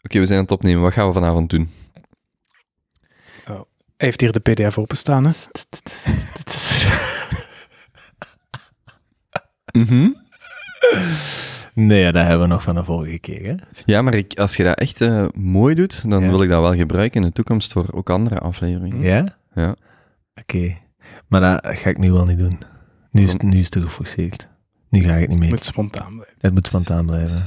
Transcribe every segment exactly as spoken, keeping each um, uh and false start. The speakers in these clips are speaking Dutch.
okay, we zijn aan het opnemen. Wat gaan we vanavond doen? Oh. Hij heeft hier de P D F openstaan, hè? Mm-hmm. Nee, dat hebben we nog van de vorige keer, hè? Ja, maar ik, als je dat echt uh, mooi doet, dan ja. wil ik dat wel gebruiken in de toekomst voor ook andere afleveringen. Ja? Ja. Oké. Okay. Maar dat ga ik nu wel niet doen. Nu is, nu is het te geforceerd. Nu ga ik het niet meer. Het moet spontaan blijven. Het moet spontaan blijven.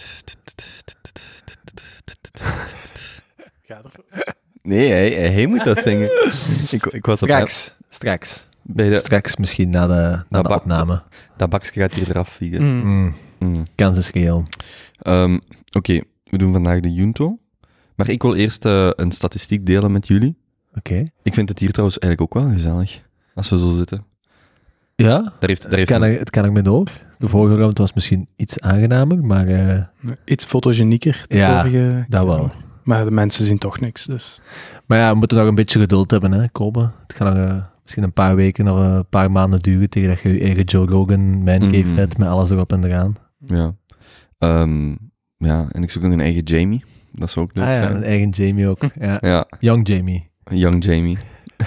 Ga er. Nee, hij, hij moet dat zingen. ik, ik was straks, op... straks. Bij de... Straks misschien na de, na de bak... opname. Dat bakje gaat hier eraf vliegen. Mm. Mm. Mm. Kans is reëel. Um, Oké, okay. We doen vandaag de Junto. Maar ik wil eerst uh, een statistiek delen met jullie. Oké. Okay. Ik vind het hier trouwens eigenlijk ook wel gezellig. Als we zo zitten. Ja, daar heeft, daar heeft kan een... ik, het kan ik me door. De vorige ruimte was misschien iets aangenamer, maar... Uh... Iets fotogenieker. Ja, vorige... dat wel. Maar de mensen zien toch niks, dus... Maar ja, we moeten nog een beetje geduld hebben, hè, Kobe. Het gaat nog uh, misschien een paar weken of een paar maanden duren tegen dat je je eigen Joe Rogan mancave mm-hmm. hebt met alles erop en eraan. Ja. Um, ja, en ik zoek nog een eigen Jamie. Dat zou ook leuk ah, ja, zijn. een eigen Jamie ook. Ja. ja. Young Jamie. Young Jamie.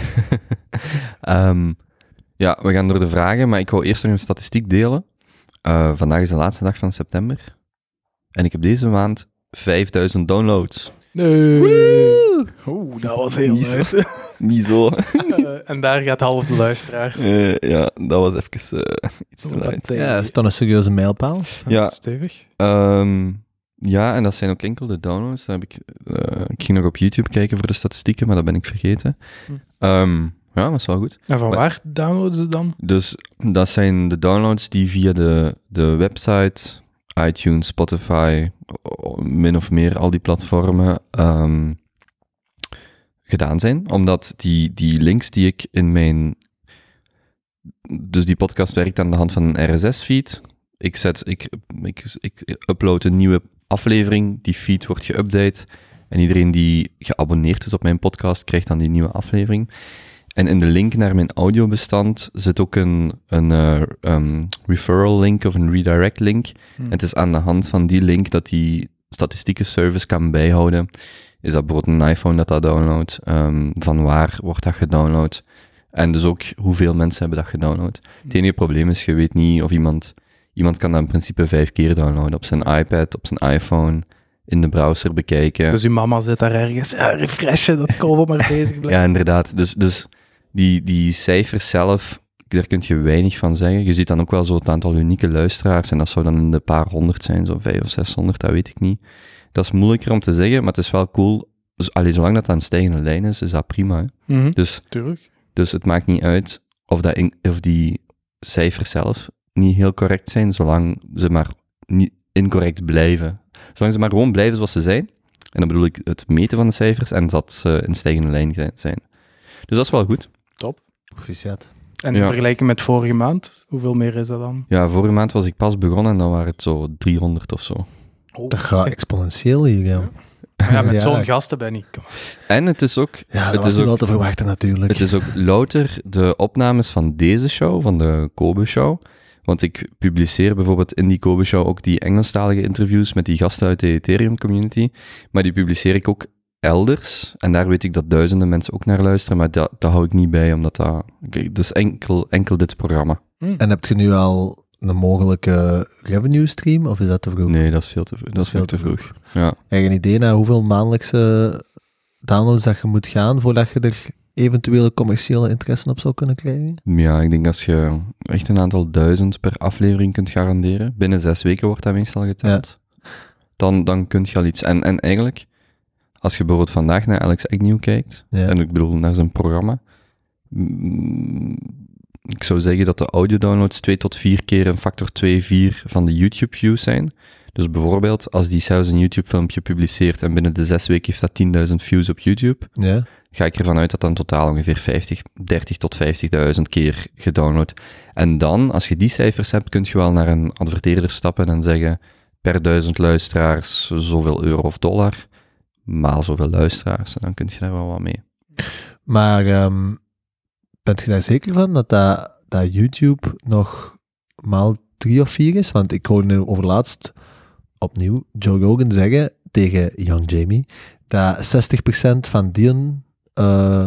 um, ja, we gaan door de vragen, maar ik wou eerst nog een statistiek delen. Uh, vandaag is de laatste dag van september. En ik heb deze maand vijfduizend downloads. Nee. Oeh, dat was heel niet uit. Zo. Niet zo. uh, en daar gaat half de luisteraars. Uh, ja, dat was even uh, iets te luid. Ja, is dan een serieuze mijlpaal? Ja. Stevig. Um, ja, en dat zijn ook enkel de downloads. Dan heb ik, uh, ik ging nog op YouTube kijken voor de statistieken, maar dat ben ik vergeten. Hm. Um, ja, dat is wel goed. En van maar, waar downloaden ze dan? Dus dat zijn de downloads die via de, de website, iTunes, Spotify, min of meer al die platformen um, gedaan zijn. Omdat die, die links die ik in mijn... Dus die podcast werkt aan de hand van een R S S-feed. Ik, zet, ik, ik, ik upload een nieuwe aflevering, die feed wordt geüpdate en iedereen die geabonneerd is op mijn podcast krijgt dan die nieuwe aflevering. En in de link naar mijn audiobestand zit ook een, een uh, um, referral link of een redirect link. Hmm. En het is aan de hand van die link dat die statistieke service kan bijhouden. Is dat bijvoorbeeld een iPhone dat dat downloadt? Um, van waar wordt dat gedownload? En dus ook hoeveel mensen hebben dat gedownload. Het enige probleem is, je weet niet of iemand... Iemand kan dat in principe vijf keer downloaden. Op zijn iPad, op zijn iPhone, in de browser bekijken. Dus uw mama zit daar ergens, ja, refreshen, dat Kobe maar bezig blijft. Ja, inderdaad. Dus, dus die, die cijfers zelf, daar kun je weinig van zeggen. Je ziet dan ook wel zo het aantal unieke luisteraars. En dat zou dan in de paar honderd zijn, zo vijf of zeshonderd, dat weet ik niet. Dat is moeilijker om te zeggen, maar het is wel cool. Dus, allee, zolang dat aan een stijgende lijn is, is dat prima. Hè? Mm-hmm. Dus, Tuurlijk. Dus het maakt niet uit of, dat in, of die cijfers zelf niet heel correct zijn, zolang ze maar niet incorrect blijven. Zolang ze maar gewoon blijven zoals ze zijn. En dan bedoel ik het meten van de cijfers en dat ze in stijgende lijn zijn. Dus dat is wel goed. Top. Proficiat. En in ja. vergelijking met vorige maand, hoeveel meer is dat dan? Ja, vorige maand was ik pas begonnen en dan waren het zo driehonderd of zo. Oh, dat gaat exponentieel hier, ja. Ja, ja met ja. zo'n gasten ben ik. En het is ook... Ja, dat het was is ook, wel te verwachten natuurlijk. Het is ook louter de opnames van deze show, van de Kobe Show. Want ik publiceer bijvoorbeeld in die Kobe Show ook die Engelstalige interviews met die gasten uit de Ethereum community. Maar die publiceer ik ook elders. En daar weet ik dat duizenden mensen ook naar luisteren. Maar dat, dat hou ik niet bij, omdat dat... Dat is enkel, enkel dit programma. Mm. En heb je nu al een mogelijke revenue stream, of is dat te vroeg? Nee, dat is veel te vroeg. Dat is veel te vroeg. vroeg. Ja. Heb je een idee naar hoeveel maandelijkse downloads dat je moet gaan, voordat je er eventuele commerciële interesse op zou kunnen krijgen? Ja, ik denk als je echt een aantal duizend per aflevering kunt garanderen, binnen zes weken wordt dat meestal geteld, ja. dan, dan kun je al iets. En, en eigenlijk, als je bijvoorbeeld vandaag naar Alex Agnew kijkt, ja. en ik bedoel naar zijn programma, mm, ik zou zeggen dat de audio-downloads twee tot vier keer een factor twee, vier van de YouTube-views zijn. Dus bijvoorbeeld, als die zelfs een YouTube-filmpje publiceert en binnen de zes weken heeft dat tienduizend views op YouTube, ja. ga ik ervan uit dat dan totaal ongeveer vijftig, dertig tot vijftigduizend keer gedownload. En dan, als je die cijfers hebt, kun je wel naar een adverteerder stappen en zeggen, per duizend luisteraars zoveel euro of dollar, maal zoveel luisteraars, en dan kun je daar wel wat mee. Maar um, bent je daar zeker van, dat, dat, dat YouTube nog maal drie of vier is? Want ik hoorde nu overlaatst opnieuw Joe Rogan zeggen tegen Young Jamie, dat zestig procent van die uh,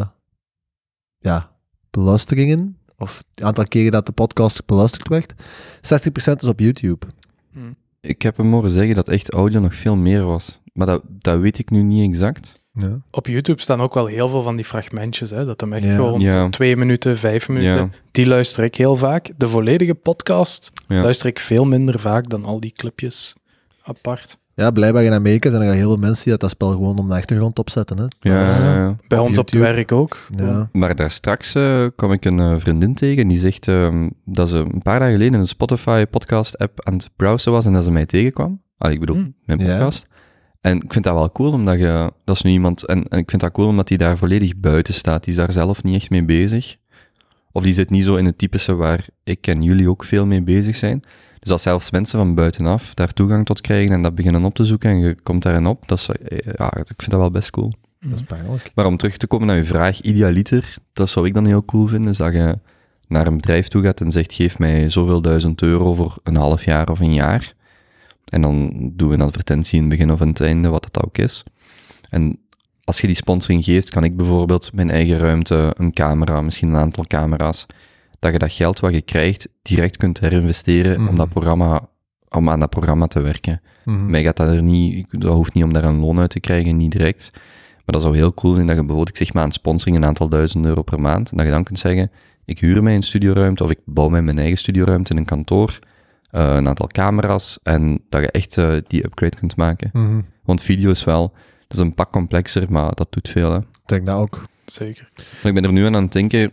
ja, beluisteringen, of het aantal keren dat de podcast beluisterd werd, zestig procent is op YouTube. Hmm. Ik heb hem horen zeggen dat echt audio nog veel meer was. Maar dat, dat weet ik nu niet exact. Ja. Op YouTube staan ook wel heel veel van die fragmentjes, hè, dat hem echt Ja. gewoon Ja. twee minuten, vijf minuten, Ja. die luister ik heel vaak. De volledige podcast Ja. luister ik veel minder vaak dan al die clipjes apart. Ja, blijkbaar in Amerika zijn er al heel veel mensen die dat, dat spel gewoon om de achtergrond opzetten. Hè. Ja, ja, ja. Bij Op ons op het YouTube. werk ook. Ja. Maar daar straks uh, kwam ik een uh, vriendin tegen en die zegt um, dat ze een paar dagen geleden een Spotify-podcast-app aan het browsen was en dat ze mij tegenkwam. Ah, ik bedoel, Hmm. mijn Ja. podcast. En ik vind dat wel cool, omdat je... Dat is nu iemand... En, en ik vind dat cool, omdat die daar volledig buiten staat. Die is daar zelf niet echt mee bezig. Of die zit niet zo in het typische waar ik en jullie ook veel mee bezig zijn. Dus als zelfs mensen van buitenaf daar toegang tot krijgen en dat beginnen op te zoeken en je komt daarin op, dat is, ja, ik vind dat wel best cool. Dat is pijnlijk. Maar om terug te komen naar je vraag, idealiter, dat zou ik dan heel cool vinden, is dat je naar een bedrijf toe gaat en zegt, geef mij zoveel duizend euro voor een half jaar of een jaar. En dan doen we een advertentie in het begin of in het einde, wat dat ook is. En als je die sponsoring geeft, kan ik bijvoorbeeld mijn eigen ruimte, een camera, misschien een aantal camera's, dat je dat geld wat je krijgt direct kunt herinvesteren Mhm. om, dat programma, om aan dat programma te werken. Mhm. Mij gaat dat er niet, dat hoeft niet om daar een loon uit te krijgen, niet direct. Maar dat zou heel cool zijn dat je bijvoorbeeld, ik zeg maar, een sponsoring een aantal duizend euro per maand, en dat je dan kunt zeggen, ik huur mij een studioruimte, of ik bouw mij mijn eigen studioruimte in een kantoor, uh, een aantal camera's, en dat je echt uh, die upgrade kunt maken. Mhm. Want video is wel, dat is een pak complexer, maar dat doet veel, hè. Ik denk dat ook. Zeker. Maar ik ben er nu aan aan het denken,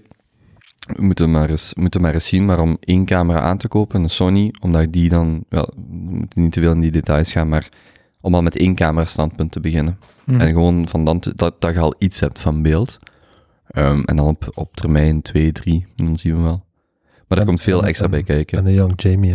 we moeten maar eens, moeten maar eens zien, maar om één camera aan te kopen, een Sony, omdat die dan, wel, we moeten niet te veel in die details gaan, maar om al met één camera standpunt te beginnen. Mhm. En gewoon van dan te- dat, dat je al iets hebt van beeld. Um, en dan op, op termijn twee, drie, dan zien we wel. Maar er En- komt veel en- extra en- bij kijken. En de Young Jamie, hè.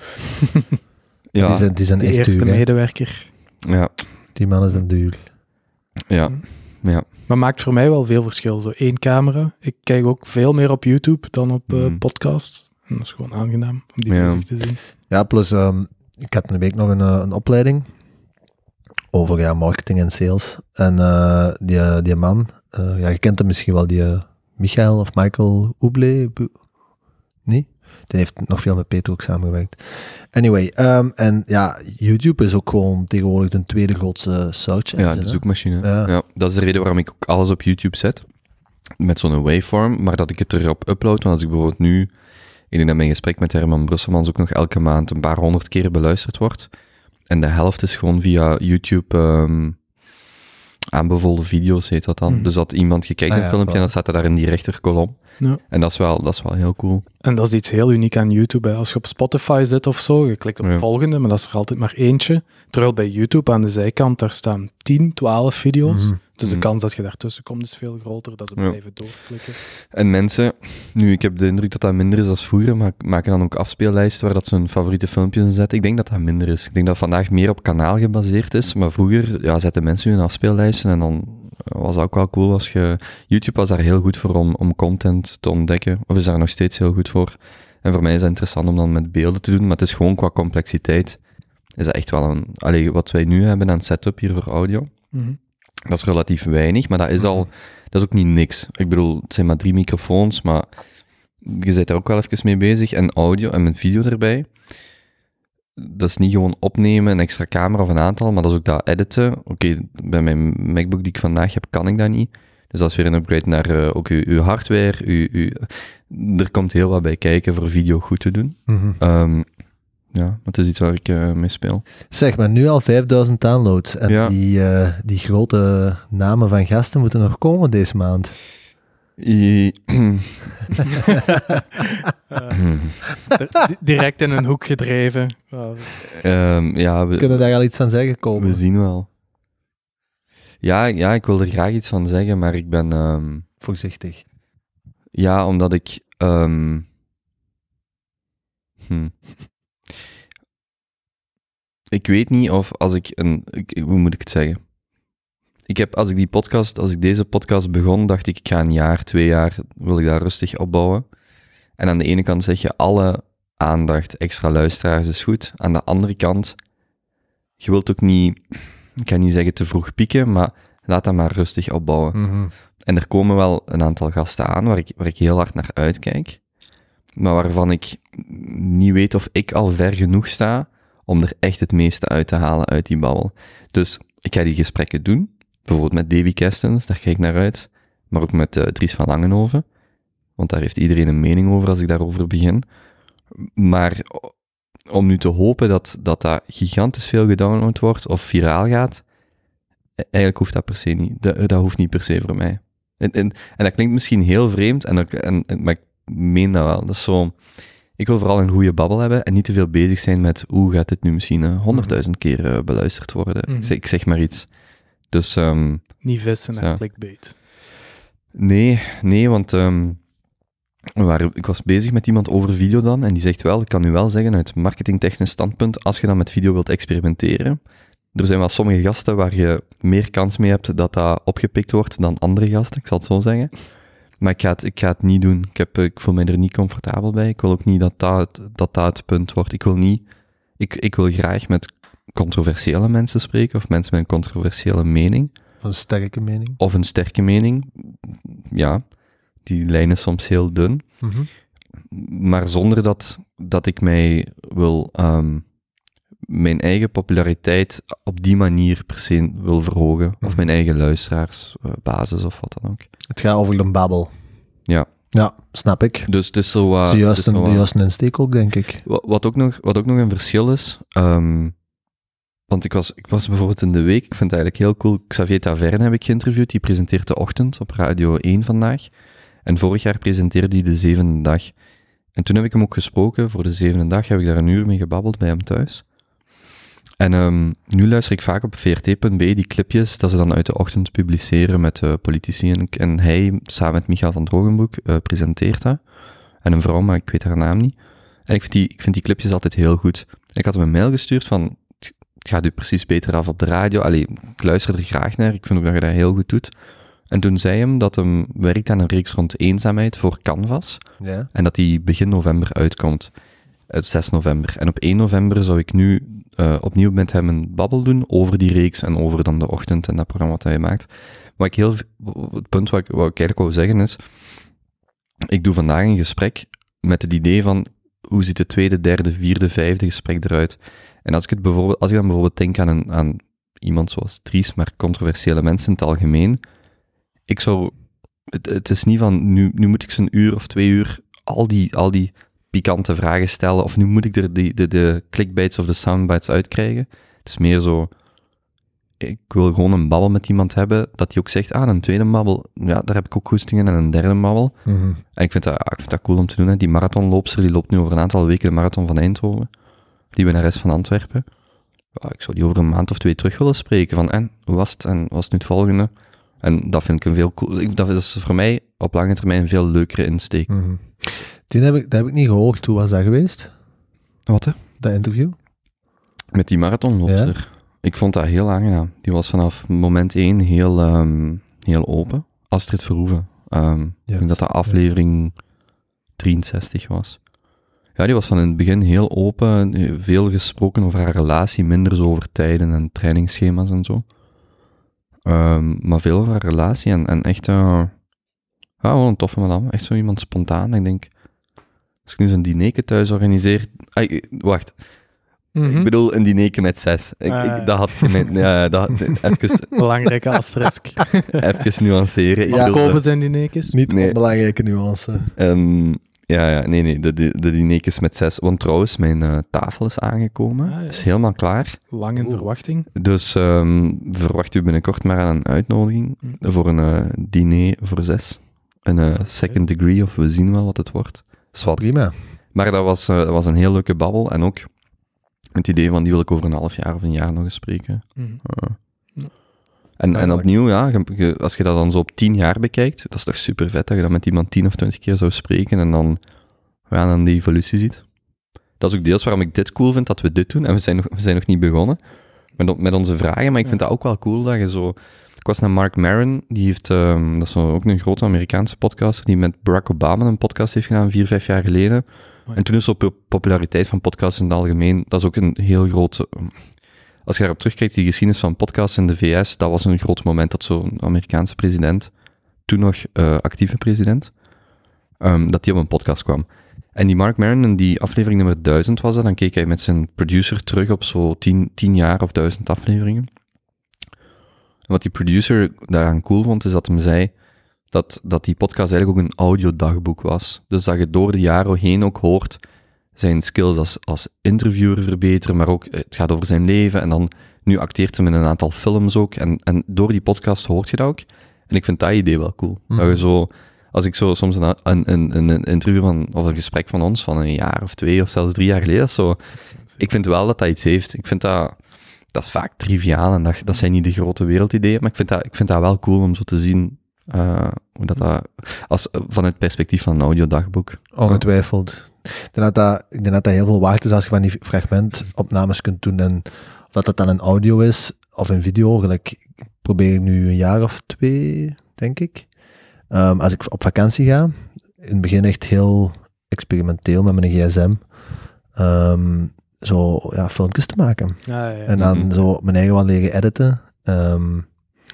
ja, Die zijn, die zijn De echt eerste duur, hè. medewerker. ja, Die mannen zijn duur. ja, ja. Maar maakt voor mij wel veel verschil. Zo één camera. Ik kijk ook veel meer op YouTube dan op uh, Mhm. podcasts. En dat is gewoon aangenaam om die Ja. bezig te zien. Ja, plus, ehm, ik had een week nog een, eh, een opleiding over ja, marketing en sales. En eh, die, die man, eh, ja, je kent hem misschien wel, die uh, Michael of Michael Ouble, Bu- niet? Die heeft nog veel met Peter ook samengewerkt. Anyway, ehm, en ja, YouTube is ook gewoon tegenwoordig de tweede grootste search engine. Ja, de hè. zoekmachine. Ja. Ja. Dat is de reden waarom ik ook alles op YouTube zet. Met zo'n waveform, maar dat ik het erop upload. Want als ik bijvoorbeeld nu, ik denk dat mijn gesprek met Herman Brusselmans ook nog elke maand een paar honderd keer beluisterd wordt. En de helft is gewoon via YouTube ehm, aanbevolen video's, heet dat dan. Mhm. Dus dat iemand, je kijkt Ah een ja, filmpje voilà. en dat staat er daar in die rechterkolom. Ja. En dat is wel, dat is wel heel cool. En dat is iets heel uniek aan YouTube. Hè. Als je op Spotify zit of zo, je klikt op Ja. volgende, maar dat is er altijd maar eentje. Terwijl bij YouTube aan de zijkant, daar staan tien, twaalf video's. Mhm. Dus de Mhm. kans dat je daartussen komt is veel groter. Dat ze Ja. blijven doorklikken. En mensen, nu ik heb de indruk dat dat minder is dan vroeger, maar maken dan ook afspeellijsten waar dat ze hun favoriete filmpjes in zetten. Ik denk dat dat minder is. Ik denk dat vandaag meer op kanaal gebaseerd is, maar vroeger ja, zetten mensen hun afspeellijsten en dan was dat ook wel cool als je... YouTube was daar heel goed voor om, om content te ontdekken, of is daar nog steeds heel goed voor. En voor mij is dat interessant om dan met beelden te doen, maar het is gewoon qua complexiteit. Is dat echt wel een... Allee, wat wij nu hebben aan setup hier voor audio, Mhm. dat is relatief weinig, maar dat is al... Dat is ook niet niks. Ik bedoel, het zijn maar drie microfoons, maar je bent daar ook wel even mee bezig. En audio en met video erbij. Dat is niet gewoon opnemen, een extra camera of een aantal, maar dat is ook dat editen. Oké, bij mijn MacBook die ik vandaag heb, kan ik dat niet. Dus dat is weer een upgrade naar uh, ook uw, uw hardware. Uw, uw, er komt heel wat bij kijken voor video goed te doen. Mhm. Um, ja, maar het is iets waar ik uh, mee speel. Zeg, maar nu al vijfduizend downloads. En Ja. die, eh, die grote namen van gasten moeten nog komen deze maand. I- Uh, di- direct in een hoek gedreven. Wow. um, ja, we, Kunnen daar al iets van zeggen komen? We zien wel. Ja, ja, ik wil er graag iets van zeggen, maar ik ben... ehm, Voorzichtig. ja, omdat ik... ehm, hm. Ik weet niet of als ik een... Ik, hoe moet ik het zeggen? Ik heb, als ik die podcast, als ik deze podcast begon, dacht ik, ik ga een jaar, twee jaar, wil ik daar rustig opbouwen. En aan de ene kant zeg je, alle aandacht, extra luisteraars is goed. Aan de andere kant, je wilt ook niet... ik ga niet zeggen te vroeg pieken, maar laat dat maar rustig opbouwen. Mhm. En er komen wel een aantal gasten aan waar ik, waar ik heel hard naar uitkijk, maar waarvan ik niet weet of ik al ver genoeg sta om er echt het meeste uit te halen uit die babbel. Dus ik ga die gesprekken doen, bijvoorbeeld met Davy Kestens, daar kijk ik naar uit, maar ook met uh, Dries van Langenhoven, want daar heeft iedereen een mening over als ik daarover begin. Maar om nu te hopen dat dat, dat gigantisch veel gedownload wordt of viraal gaat, eigenlijk hoeft dat per se niet. Dat, dat hoeft niet per se voor mij. En, en, en dat klinkt misschien heel vreemd, en, dat, en, en, maar ik meen dat wel. Dat is zo, ik wil vooral een goede babbel hebben en niet te veel bezig zijn met hoe gaat dit nu misschien honderdduizend uh, keer uh, beluisterd worden. Mm-hmm. ik, zeg, ik zeg maar iets. Dus, um, niet vissen en ja. clickbait. Nee, nee, want um, we waren, ik was bezig met iemand over video dan en die zegt wel, ik kan nu wel zeggen uit marketingtechnisch standpunt, als je dan met video wilt experimenteren, er zijn wel sommige gasten waar je meer kans mee hebt dat dat opgepikt wordt dan andere gasten, ik zal het zo zeggen. Maar ik ga het, ik ga het niet doen. Ik, heb, ik voel mij er niet comfortabel bij. Ik wil ook niet dat dat, dat, dat het punt wordt. Ik wil niet... Ik, ik wil graag met controversiële mensen spreken, of mensen met een controversiële mening. Of een sterke mening. Of een sterke mening. Ja, die lijn is soms heel dun. Mm-hmm. Maar zonder dat, dat ik mij wil... Um, mijn eigen populariteit op die manier per se wil verhogen. Mm-hmm. Of mijn eigen luisteraarsbasis, of wat dan ook. Het gaat over een babbel. Ja. Ja, snap ik. Dus het is zo... Uh, het is juist, het is een, juist een insteek ook, denk ik. Wat, wat, ook, nog, wat ook nog een verschil is... Um, want ik was, ik was bijvoorbeeld in de week... Ik vind het eigenlijk heel cool... Xavier Taverne heb ik geïnterviewd. Die presenteert de ochtend op Radio één vandaag. En vorig jaar presenteerde hij de zevende dag. En toen heb ik hem ook gesproken. Voor de zevende dag heb ik daar een uur mee gebabbeld bij hem thuis. En um, nu luister ik vaak op v r t punt b die clipjes dat ze dan uit de ochtend publiceren met uh, politici. En, en hij, samen met Michael van Drogenbroek, uh, presenteert dat. En een vrouw, maar ik weet haar naam niet. En ik vind die, ik vind die clipjes altijd heel goed. En ik had hem een mail gestuurd van, het gaat u precies beter af op de radio. Allee, ik luister er graag naar. Ik vind ook dat je dat heel goed doet. En toen zei hem dat hem werkt aan een reeks rond eenzaamheid voor Canvas. Ja. En dat die begin november uitkomt. Uit zes november. En op één november zou ik nu uh, opnieuw met hem een babbel doen over die reeks en over dan de ochtend en dat programma wat hij maakt. Wat ik heel, het punt wat ik, wat ik eigenlijk wou zeggen is, ik doe vandaag een gesprek met het idee van, hoe ziet het tweede, derde, vierde, vijfde gesprek eruit? En als ik, het bijvoorbeeld, als ik dan bijvoorbeeld denk aan, een, aan iemand zoals Dries, maar controversiële mensen in het algemeen, ik zou, het, het is niet van, nu, nu moet ik zo'n uur of twee uur al die, al die pikante vragen stellen, of nu moet ik er de, de, de clickbaits of de soundbites uitkrijgen. Het is meer zo, ik wil gewoon een babbel met iemand hebben, dat die ook zegt, ah, een tweede babbel, ja, daar heb ik ook goestingen, en een derde babbel. Mm-hmm. En ik vind, dat, ik vind dat cool om te doen, hè. Die marathonloopster, die loopt nu over een aantal weken de marathon van Eindhoven, die winnares van Antwerpen. Ja, ik zou die over een maand of twee terug willen spreken, van, en, hoe was het, en wat was het nu het volgende? En dat vind ik een veel cool, dat is voor mij op lange termijn een veel leukere insteek. Mm-hmm. Die heb ik, dat heb ik niet gehoord. Hoe was dat geweest? Wat, hè? Dat interview? Met die marathonloopster. Ja? Ik vond dat heel aangenaam. Die was vanaf moment één heel, um, heel open. Astrid Verhoeven. Um, yes, ik denk dat dat aflevering ja. drieënzestig was. Ja, die was van in het begin heel open. Veel gesproken over haar relatie. Minder zo over tijden en trainingsschema's en zo. Um, maar veel over haar relatie. En, en echt... Uh, ja, wel een toffe madame. Echt zo iemand spontaan. Ik denk... Als ik nu zo'n dinerke thuis organiseer... Ay, wacht. Mm-hmm. Ik bedoel een dinerke met zes. Ik, uh, ik, dat had je met... Ja, dat, even, belangrijke asterisk. Even nuanceren. Ja, komen zijn dinerkes? Niet nee. Onbelangrijke nuance. Um, ja, ja, nee, nee. De, de, de dinerkes met zes. Want trouwens, mijn uh, tafel is aangekomen. Ah, ja. Is helemaal klaar. Lang in Oeh. verwachting. Dus um, verwacht u binnenkort maar aan een uitnodiging mm. voor een uh, diner voor zes. Een uh, second degree, of we zien wel wat het wordt. Zwat. Prima. Maar dat was, uh, dat was een heel leuke babbel. En ook het idee van, die wil ik over een half jaar of een jaar nog eens spreken. Mm-hmm. Uh. Ja. En, ja, en opnieuw, ja, je, je, als je dat dan zo op tien jaar bekijkt, dat is toch super vet dat je dan met iemand tien of twintig keer zou spreken en dan, ja, dan die evolutie ziet. Dat is ook deels waarom ik dit cool vind, dat we dit doen. En we zijn nog, we zijn nog niet begonnen met, met onze vragen, maar ik vind ja. dat ook wel cool dat je zo... Ik was naar Mark Maron, die heeft, um, dat is zo ook een grote Amerikaanse podcaster, die met Barack Obama een podcast heeft gedaan, vier, vijf jaar geleden. Oh ja. En toen is op de populariteit van podcasts in het algemeen, dat is ook een heel grote... Um, als je daarop terugkijkt, die geschiedenis van podcasts in de V S, dat was een groot moment dat zo'n Amerikaanse president, toen nog uh, actieve president, um, dat die op een podcast kwam. En die Mark Maron, in die aflevering nummer duizend was dat, dan keek hij met zijn producer terug op zo tien, tien jaar of duizend afleveringen. En wat die producer daaraan cool vond, is dat hem zei dat, dat die podcast eigenlijk ook een audiodagboek was. Dus dat je door de jaren heen ook hoort zijn skills als, als interviewer verbeteren, maar ook het gaat over zijn leven. En dan, nu acteert hem in een aantal films ook. En, en door die podcast hoort je dat ook. En ik vind dat idee wel cool. Mm. Dat je zo, als ik zo soms een, een, een, een interview van, of een gesprek van ons van een jaar of twee of zelfs drie jaar geleden, zo, ik vind wel dat dat iets heeft. Ik vind dat, dat is vaak triviaal en dat, dat zijn niet de grote wereldideeën, maar ik vind dat, ik vind dat wel cool om zo te zien, uh, hoe dat, dat als, vanuit het perspectief van een audiodagboek. Ongetwijfeld. Ik denk dat dat, ik denk dat dat heel veel waard is als je van die fragmentopnames kunt doen. En of dat dat dan een audio is of een video, gelijk, ik probeer nu een jaar of twee, denk ik. Um, als ik op vakantie ga, in het begin echt heel experimenteel met mijn gsm, um, zo ja, filmpjes te maken. Ah, ja. En dan mm-hmm. zo mijn eigen wat leren editen. Um,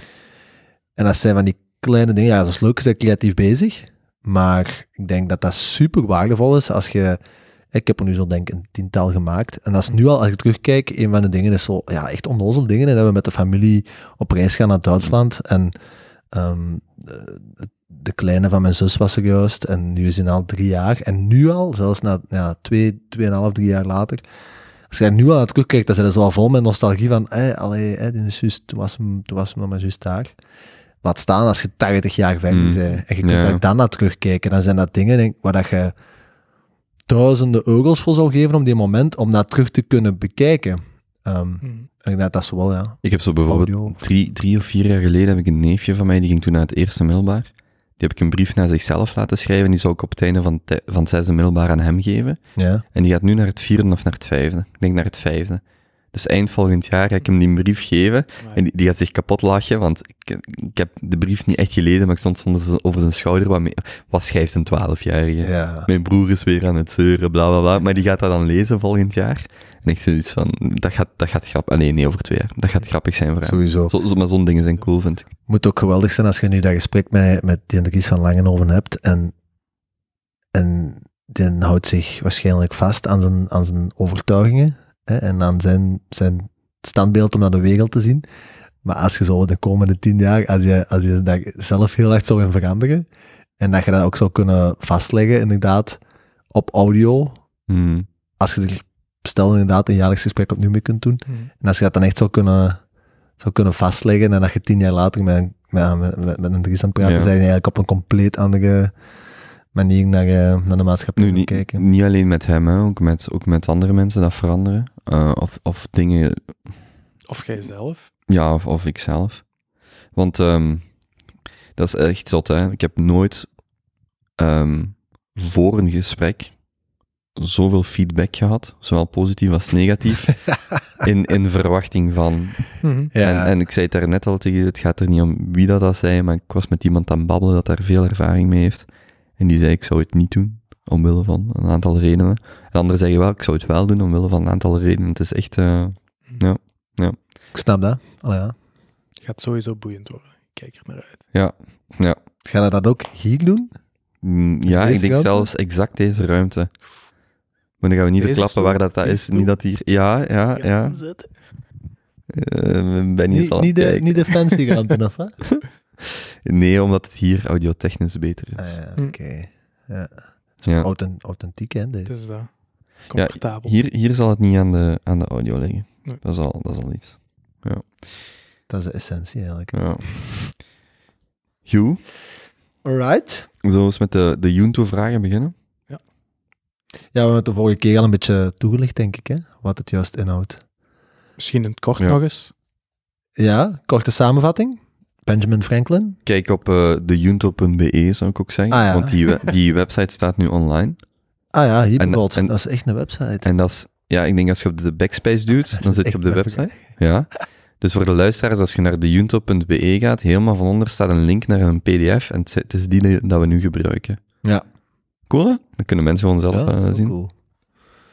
en dat zijn van die kleine dingen, ja, dat is leuk, je bent creatief bezig. Maar ik denk dat dat super waardevol is als je... Ik heb er nu zo denk ik een tiental gemaakt. En dat is nu al, als ik terugkijk, een van de dingen is zo... Ja, echt onnozel dingen. En dat we met de familie op reis gaan naar Duitsland. En um, de, de kleine van mijn zus was er juist. En nu is hij al drie jaar. En nu al, zelfs na ja, twee, tweeënhalf, drie jaar later... Als je nu al naar terugkijkt, dan zijn ze zo al vol met nostalgie van... Hey, allee, hey, die is juist, toen was hem, toen was hem nog maar juist daar. Laat staan als je tachtig jaar verder mm. bent. En je kunt ja. daar dan naar terugkijken. Dan zijn dat dingen denk, waar dat je duizenden euro's voor zou geven op die moment, om dat terug te kunnen bekijken. Um, mm. En ik denk dat dat zo wel, ja. Ik heb zo bijvoorbeeld drie, drie of vier jaar geleden heb ik een neefje van mij, die ging toen naar het eerste middelbaar. Die heb ik een brief naar zichzelf laten schrijven en die zou ik op het einde van, te, van het zesde middelbaar aan hem geven. Ja. En die gaat nu naar het vierde of naar het vijfde. Ik denk naar het vijfde. Dus eind volgend jaar ga ik hem die brief geven. Nee. En die, die gaat zich kapot lachen, want ik, ik heb de brief niet echt gelezen, maar ik stond soms over zijn schouder. Wat, mee, wat schrijft een twaalfjarige? Ja. Mijn broer is weer aan het zeuren, bla bla bla. Maar die gaat dat dan lezen volgend jaar. En ik zeg iets van, dat gaat, dat gaat grappig... Nee, nee, over twee jaar. Dat gaat grappig zijn voor hem. Sowieso. Zo, zo, maar zo'n dingen zijn cool, vind ik. Moet ook geweldig zijn als je nu dat gesprek met, met die Dries van Langenhoven hebt. En, en die houdt zich waarschijnlijk vast aan zijn, aan zijn overtuigingen. Hè, en aan zijn, zijn standbeeld om naar de wereld te zien. Maar als je zo de komende tien jaar, als je, als je daar zelf heel erg zou in veranderen, en dat je dat ook zou kunnen vastleggen, inderdaad, op audio, mm. als je er, stel inderdaad, een jaarlijks gesprek opnieuw mee kunt doen, mm. en als je dat dan echt zou kunnen, zou kunnen vastleggen, en dat je tien jaar later met, met, met, met een Dries aan het praten, ja. zijn je eigenlijk op een compleet andere manier naar, uh, naar de maatschappij nu, niet, kijken. Niet alleen met hem, hè, ook, met, ook met andere mensen dat veranderen. Uh, of, of dingen... Of jijzelf. Ja, of, of ikzelf. Want um, dat is echt zot, hè. Ik heb nooit um, voor een gesprek zoveel feedback gehad, zowel positief als negatief, in, in verwachting van... Mm-hmm. Ja. En, en ik zei het daar net al tegen je, het gaat er niet om wie dat, dat zei, maar ik was met iemand aan het babbelen dat daar veel ervaring mee heeft. En die zei, ik zou het niet doen, omwille van een aantal redenen. En anderen zeggen wel, ik zou het wel doen, omwille van een aantal redenen. Het is echt, uh, ja, ja. Ik snap dat. Oh, ja. Het gaat sowieso boeiend worden. Ik kijk er naar uit. Ja, ja. Ga je dat ook hier doen? Mm, ja, ik denk ruimte? zelfs exact deze ruimte. Maar dan gaan we niet deze verklappen waar dat, dat is. Niet dat hier... Ja, ja, ja. ja. Uh, ben niet, niet, de, niet de fans die gaan doen, of hè? Nee, omdat het hier audiotechnisch beter is. Ah, ja, oké. Okay. Ja. Ja. Authent, authentiek, hè? Het is dat. Comfortabel. Ja, hier, hier zal het niet aan de, aan de audio liggen. Nee. Dat, is al, dat is al iets. Ja. Dat is de essentie, eigenlijk. Ja. Goed. Alright. Zullen we eens met de, de Junto-vragen beginnen? Ja. Ja, we hebben het de vorige keer al een beetje toegelicht, denk ik, hè? Wat het juist inhoudt. Misschien in het kort ja. nog eens. Ja, korte samenvatting. Benjamin Franklin. Kijk op uh, de junto punt b e, zou ik ook zeggen. Ah, ja. Want die, die website staat nu online. Ah ja, hier bijvoorbeeld. Dat is echt een website. En dat is, ja, ik denk als je op de backspace duwt, dan zit je op de website. Ja. Dus voor de luisteraars, als je naar de junto punt b e gaat, helemaal van onder staat een link naar een p d f en het is die dat we nu gebruiken. Ja. Cool, hè? Dat kunnen mensen gewoon zelf ja, uh, zien. Cool.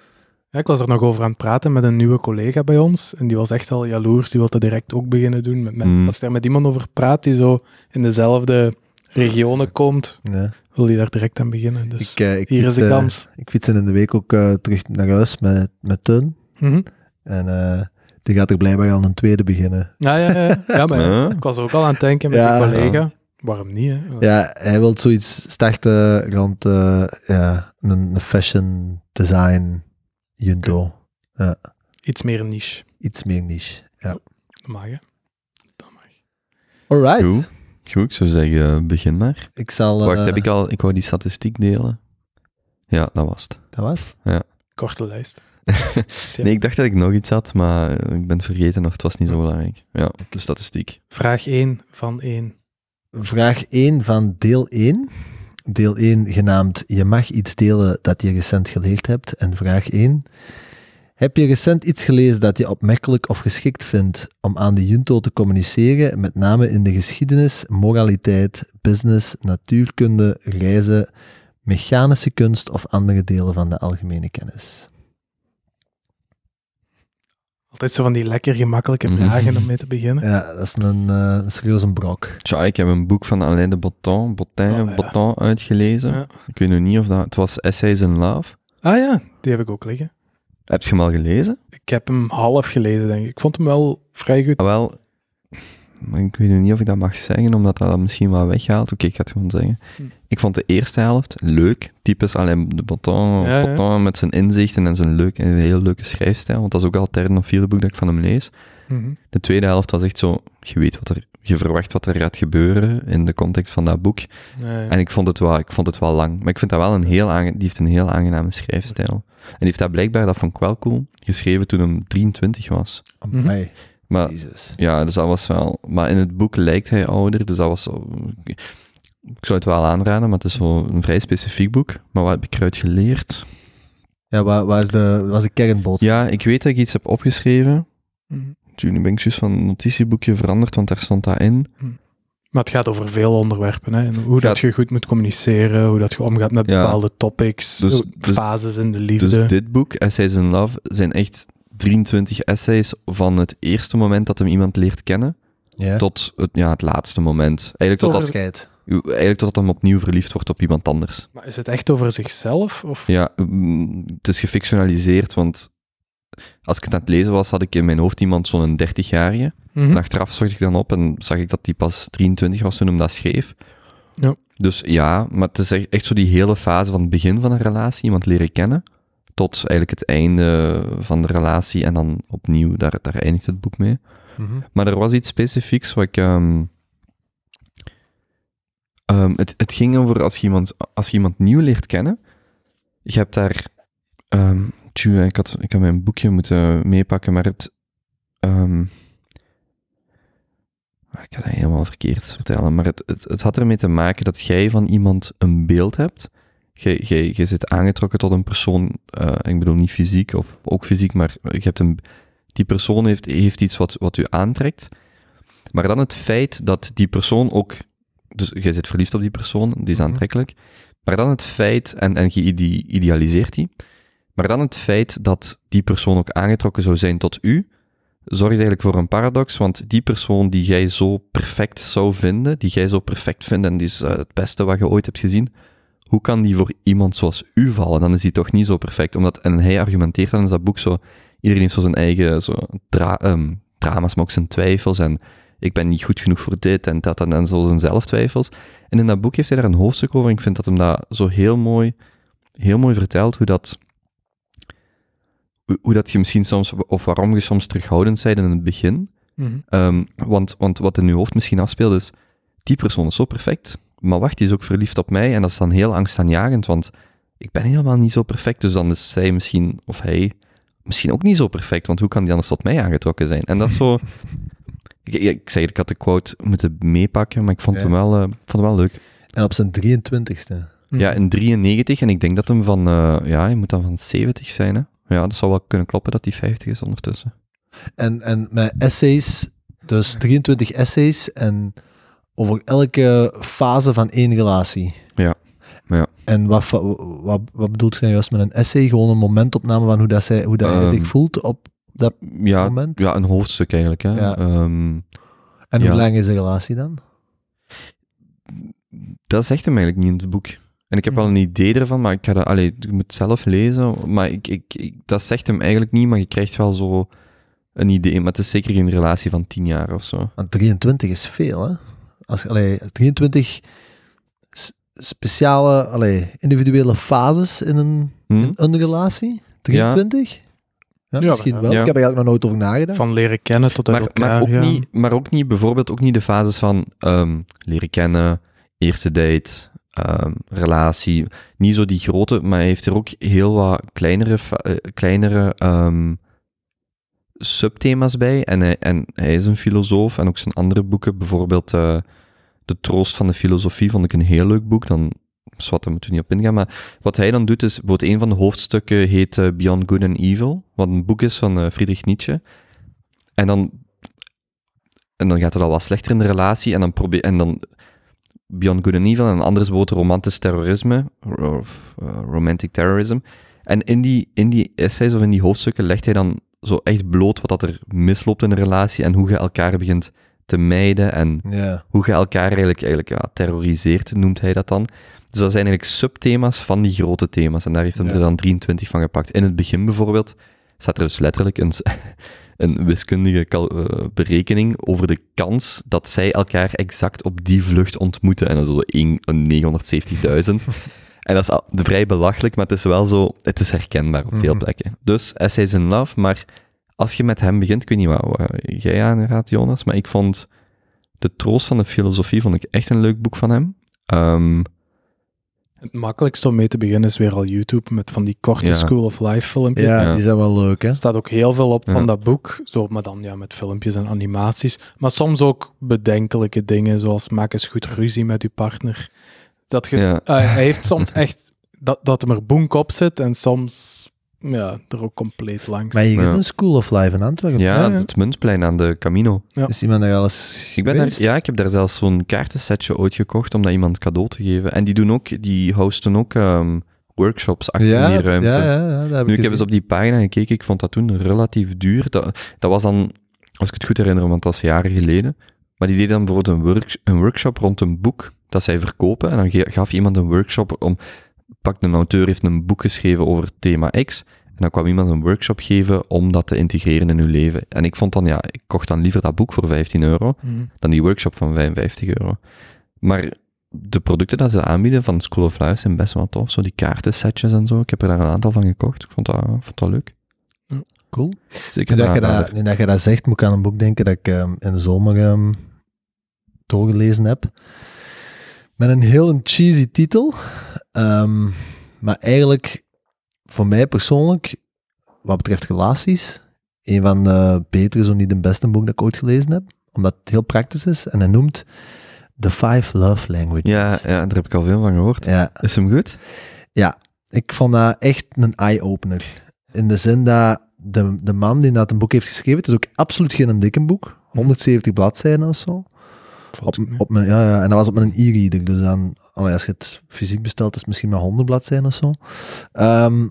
Ja, ik was er nog over aan het praten met een nieuwe collega bij ons. En die was echt al jaloers. Die wilde direct ook beginnen doen. Met, met, Mm. Als je daar met iemand over praat die zo in dezelfde regionen komt, Ja. wil die daar direct aan beginnen. Dus Ik, uh, ik hier fiets, is de uh, kans. ik fiets in de week ook uh, terug naar huis met, met Teun. Mhm. En uh, die gaat er blijkbaar aan een tweede beginnen. Ja, ja, ja. ja maar Ja. ik was er ook al aan het denken met Ja. die collega. Waarom niet, hè? Ja, hij wil zoiets starten rond uh, ja, een, een fashion design junto. Ja, Iets meer niche. iets meer niche. Ja. Dat mag, hè? Dat mag. Alright. Goed. Goed, ik zou zeggen, begin maar. Ik zal... Uh, Wacht, heb ik al... Ik wou die statistiek delen. Ja, dat was het. Dat was het? Korte lijst. Nee, ik dacht dat ik nog iets had, maar ik ben het vergeten of het was niet zo belangrijk. Ja, de statistiek. Vraag één van één. Vraag één van deel één. Deel één genaamd Je mag iets delen dat je recent geleerd hebt. En vraag één. Heb je recent iets gelezen dat je opmerkelijk of geschikt vindt om aan de junto te communiceren, met name in de geschiedenis, moraliteit, business, natuurkunde, reizen, mechanische kunst of andere delen van de algemene kennis? Altijd zo van die lekker gemakkelijke Mhm. vragen om mee te beginnen. Ja, dat is een, uh, een serieuze brok. Tja, ik heb een boek van Alain de Botton, Bottin, Oh, ja. Botton uitgelezen. Ja. Ik weet nu niet of dat... Het was Essays in Love. Ah ja, die heb ik ook liggen. Heb je hem al gelezen? Ik heb hem half gelezen, denk ik. Ik vond hem wel vrij goed. Ah, wel... Maar ik weet nu niet of ik dat mag zeggen, omdat dat dan misschien wel weghaalt. Oké, ik ga het gewoon zeggen. Hm. Ik vond de eerste helft leuk. Typisch Alain de Botton, Ja, ja. Botton met zijn inzichten en zijn leuk, een heel leuke schrijfstijl. Want dat is ook al het derde of vierde boek dat ik van hem lees. Mhm. De tweede helft was echt zo... Je weet wat er... Je verwacht wat er gaat gebeuren in de context van dat boek. Ja, ja. En ik vond het wel, ik vond het wel lang. Maar ik vind dat wel een heel aange- die heeft een heel aangename schrijfstijl. En die heeft dat blijkbaar, dat vond ik wel cool, geschreven toen hij drieëntwintig was. Amai, Maar Jezus. ja, dus dat was wel... Maar in het boek lijkt hij ouder, dus dat was zo... Ik zou het wel aanraden, maar het is zo een vrij specifiek boek. Maar wat heb ik eruit geleerd? Ja, wat, wat, is de, wat is de kernboodschap? Ja, ik weet dat ik iets heb opgeschreven. Mhm. Nu ben ik juist van een notitieboekje veranderd, want daar stond dat in. Maar het gaat over veel onderwerpen. Hè? En hoe Gaat- dat je goed moet communiceren, hoe dat je omgaat met Ja. bepaalde topics, Dus- hoe- dus- fases in de liefde. Dus dit boek, Essays in Love, zijn echt drieëntwintig essays van het eerste moment dat hem iemand leert kennen, Ja. tot het, ja, het laatste moment. Eigenlijk Tot totdat, afscheid. eigenlijk totdat hem opnieuw verliefd wordt op iemand anders. Maar is het echt over zichzelf? Of? Ja, mm, het is gefictionaliseerd, want als ik het aan het lezen was, had ik in mijn hoofd iemand zo'n dertigjarige. Mhm. En achteraf zocht ik dan op en zag ik dat die pas drieëntwintig was toen hem dat schreef. Ja. Dus ja, maar het is echt echt zo die hele fase van het begin van een relatie, iemand leren kennen, tot eigenlijk het einde van de relatie en dan opnieuw, daar, daar eindigt het boek mee. Mhm. Maar er was iets specifieks wat ik... ehm, ehm, het, het ging over als je, iemand, als je iemand nieuw leert kennen, je hebt daar... ehm, tjoe, ik, had, ik had mijn boekje moeten meepakken, maar het... ehm, ik ga dat helemaal verkeerd vertellen, maar het, het, het had ermee te maken dat jij van iemand een beeld hebt. Je, je, je zit aangetrokken tot een persoon, eh, ik bedoel niet fysiek, of ook fysiek, maar je hebt een, die persoon heeft, heeft iets wat, wat u aantrekt. Maar dan het feit dat die persoon ook... Dus je zit verliefd op die persoon, die is Mhm. aantrekkelijk. Maar dan het feit, en, en je ide- idealiseert die, maar dan het feit dat die persoon ook aangetrokken zou zijn tot u, zorgt eigenlijk voor een paradox, want die persoon die jij zo perfect zou vinden, die jij zo perfect vindt en die is eh, het beste wat je ooit hebt gezien, hoe kan die voor iemand zoals u vallen? Dan is die toch niet zo perfect. Omdat, en hij argumenteert dan in dat boek zo, iedereen heeft zo zijn eigen zo, dra- ehm, drama's, maar ook zijn twijfels en ik ben niet goed genoeg voor dit en dat en, en zo zijn zelftwijfels. En in dat boek heeft hij daar een hoofdstuk over en ik vind dat hem dat zo heel mooi, heel mooi vertelt, hoe dat... Hoe dat je misschien soms, of waarom je soms terughoudend bent in het begin. Mhm. Um, want, want wat in je hoofd misschien afspeelt is, die persoon is zo perfect, maar wacht, die is ook verliefd op mij en dat is dan heel angstaanjagend, want ik ben helemaal niet zo perfect, dus dan is zij misschien, of hij, misschien ook niet zo perfect, want hoe kan die anders tot mij aangetrokken zijn? En dat is zo... ik, ik zeg, ik had de quote moeten meepakken, maar ik vond, Ja. hem, wel, uh, vond hem wel leuk. En op zijn drieëntwintigste. Mhm. Ja, in drieënnegentig, en ik denk dat hem van, uh, ja, hij moet dan van zeventig zijn, hè? Ja, dat zou wel kunnen kloppen dat hij vijftig is ondertussen. En, en met essays, dus drieëntwintig essays en over elke fase van één relatie. Ja. Ja. En wat, wat, wat bedoelt je nou juist met een essay? Gewoon een momentopname van hoe, dat zij, hoe dat hij Um, zich voelt op dat Ja, moment? ja, een hoofdstuk eigenlijk. Hè. Ja. Ehm, En ja. hoe lang is de relatie dan? dat zegt hem eigenlijk niet in het boek. En ik heb wel een idee ervan, maar ik ga dat, allee, ik moet het zelf lezen. Maar ik, ik, ik, dat zegt hem eigenlijk niet, maar je krijgt wel zo een idee. Maar het is zeker geen relatie van tien jaar of zo. Want drieëntwintig is veel, hè? Als, allee, drieëntwintig s- speciale, allee, individuele fases in een, Hm? in een relatie? drieëntwintig? Ja, Ja, misschien ja. wel. Ja. Ik heb er eigenlijk nog nooit over nagedacht. Van leren kennen tot uit Maar, elkaar maar, ook gaan. niet, maar ook niet, bijvoorbeeld ook niet de fases van ehm, leren kennen, eerste date, ehm, relatie. Niet zo die grote, maar hij heeft er ook heel wat kleinere, fa- eh, kleinere ehm, subthema's bij. En hij, en hij is een filosoof en ook zijn andere boeken, bijvoorbeeld eh, De Troost van de Filosofie, vond ik een heel leuk boek. Dan, zwart, daar moeten we niet op ingaan. Maar wat hij dan doet is, bijvoorbeeld een van de hoofdstukken heet eh, Beyond Good and Evil, wat een boek is van eh, Friedrich Nietzsche. En dan, en dan gaat het al wat slechter in de relatie. En dan probeer en dan Beyond Good and Evil. En anders bijvoorbeeld romantisch terrorisme. Of uh, romantic terrorism. En in die, in die essays of in die hoofdstukken legt hij dan zo echt bloot wat dat er misloopt in een relatie. En hoe je elkaar begint te mijden. En Ja. hoe je elkaar eigenlijk, eigenlijk ja, terroriseert, noemt hij dat dan. Dus dat zijn eigenlijk subthema's van die grote thema's. En daar heeft hij Ja. er dan drieëntwintig van gepakt. In het begin bijvoorbeeld staat er dus letterlijk een, s- een wiskundige kal- uh, berekening over de kans dat zij elkaar exact op die vlucht ontmoeten. En dat is zo één een negenhonderdzeventigduizend. En dat is al vrij belachelijk, maar het is wel zo, het is herkenbaar op veel Mhm. plekken. Dus Essays in Love, maar als je met hem begint, ik weet niet wat, wat jij aanraadt, Jonas, maar ik vond De Troost van de Filosofie vond ik echt een leuk boek van hem. Ehm, Het makkelijkste om mee te beginnen is weer al YouTube met van die korte Ja. School of Life filmpjes. Ja, Ja. die zijn wel leuk, hè? Er staat ook heel veel op Ja. van dat boek, zo, maar dan ja, met filmpjes en animaties. Maar soms ook bedenkelijke dingen, zoals maak eens goed ruzie met je partner. Dat je, Ja. eh, hij heeft soms echt dat, dat hem er boenk op zit en soms ja, er ook compleet langs. Maar hier is Ja. een School of Life in Antwerpen. ja, Ja, ja. het Muntplein aan de Camino. Ja. Is iemand daar al eens Ik ben daar, geweest? ja, ik heb daar zelfs zo'n kaartensetje ooit gekocht om dat iemand cadeau te geven. En die doen ook, die hosten ook ehm, workshops achter Ja, in die ruimte. ja, ja, ja, dat heb Nu, ik heb gezien. eens op die pagina gekeken, ik vond dat toen relatief duur. Dat, dat was dan, als ik het goed herinner, want dat is jaren geleden, maar die deden dan bijvoorbeeld een, work, een workshop rond een boek dat zij verkopen, en dan ge- gaf iemand een workshop om, pak een auteur heeft een boek geschreven over thema X, en dan kwam iemand een workshop geven om dat te integreren in uw leven. En ik vond dan, ja, ik kocht dan liever dat boek voor vijftien euro, Mhm. dan die workshop van vijfenvijftig euro. Maar de producten dat ze aanbieden van School of Life zijn best wel tof. Zo die kaartensetjes en zo. Ik heb er daar een aantal van gekocht. Ik vond dat, vond dat leuk. Cool. Zeker Nu dat, je een aanrader. dat, nu dat je dat zegt, moet ik aan een boek denken dat ik ehm, in de zomer ehm, doorgelezen heb. Met een heel een cheesy titel. Ehm, maar eigenlijk, voor mij persoonlijk, wat betreft relaties, een van de betere, zo niet de beste boek dat ik ooit gelezen heb. Omdat het heel praktisch is. En hij noemt The Five Love Languages. Ja, ja, daar heb ik al veel van gehoord. Ja, Is hem goed? ik vond dat echt een eye-opener. In de zin dat de, de man die dat een boek heeft geschreven, het is ook absoluut geen dikke boek, honderdzeventig bladzijden of zo. Op, Valt ook mee. op mijn, ja, ja, en dat was op mijn e-reader, dus dan, allee, als je het fysiek bestelt, is het misschien maar honderd bladzijden of zo. Ehm,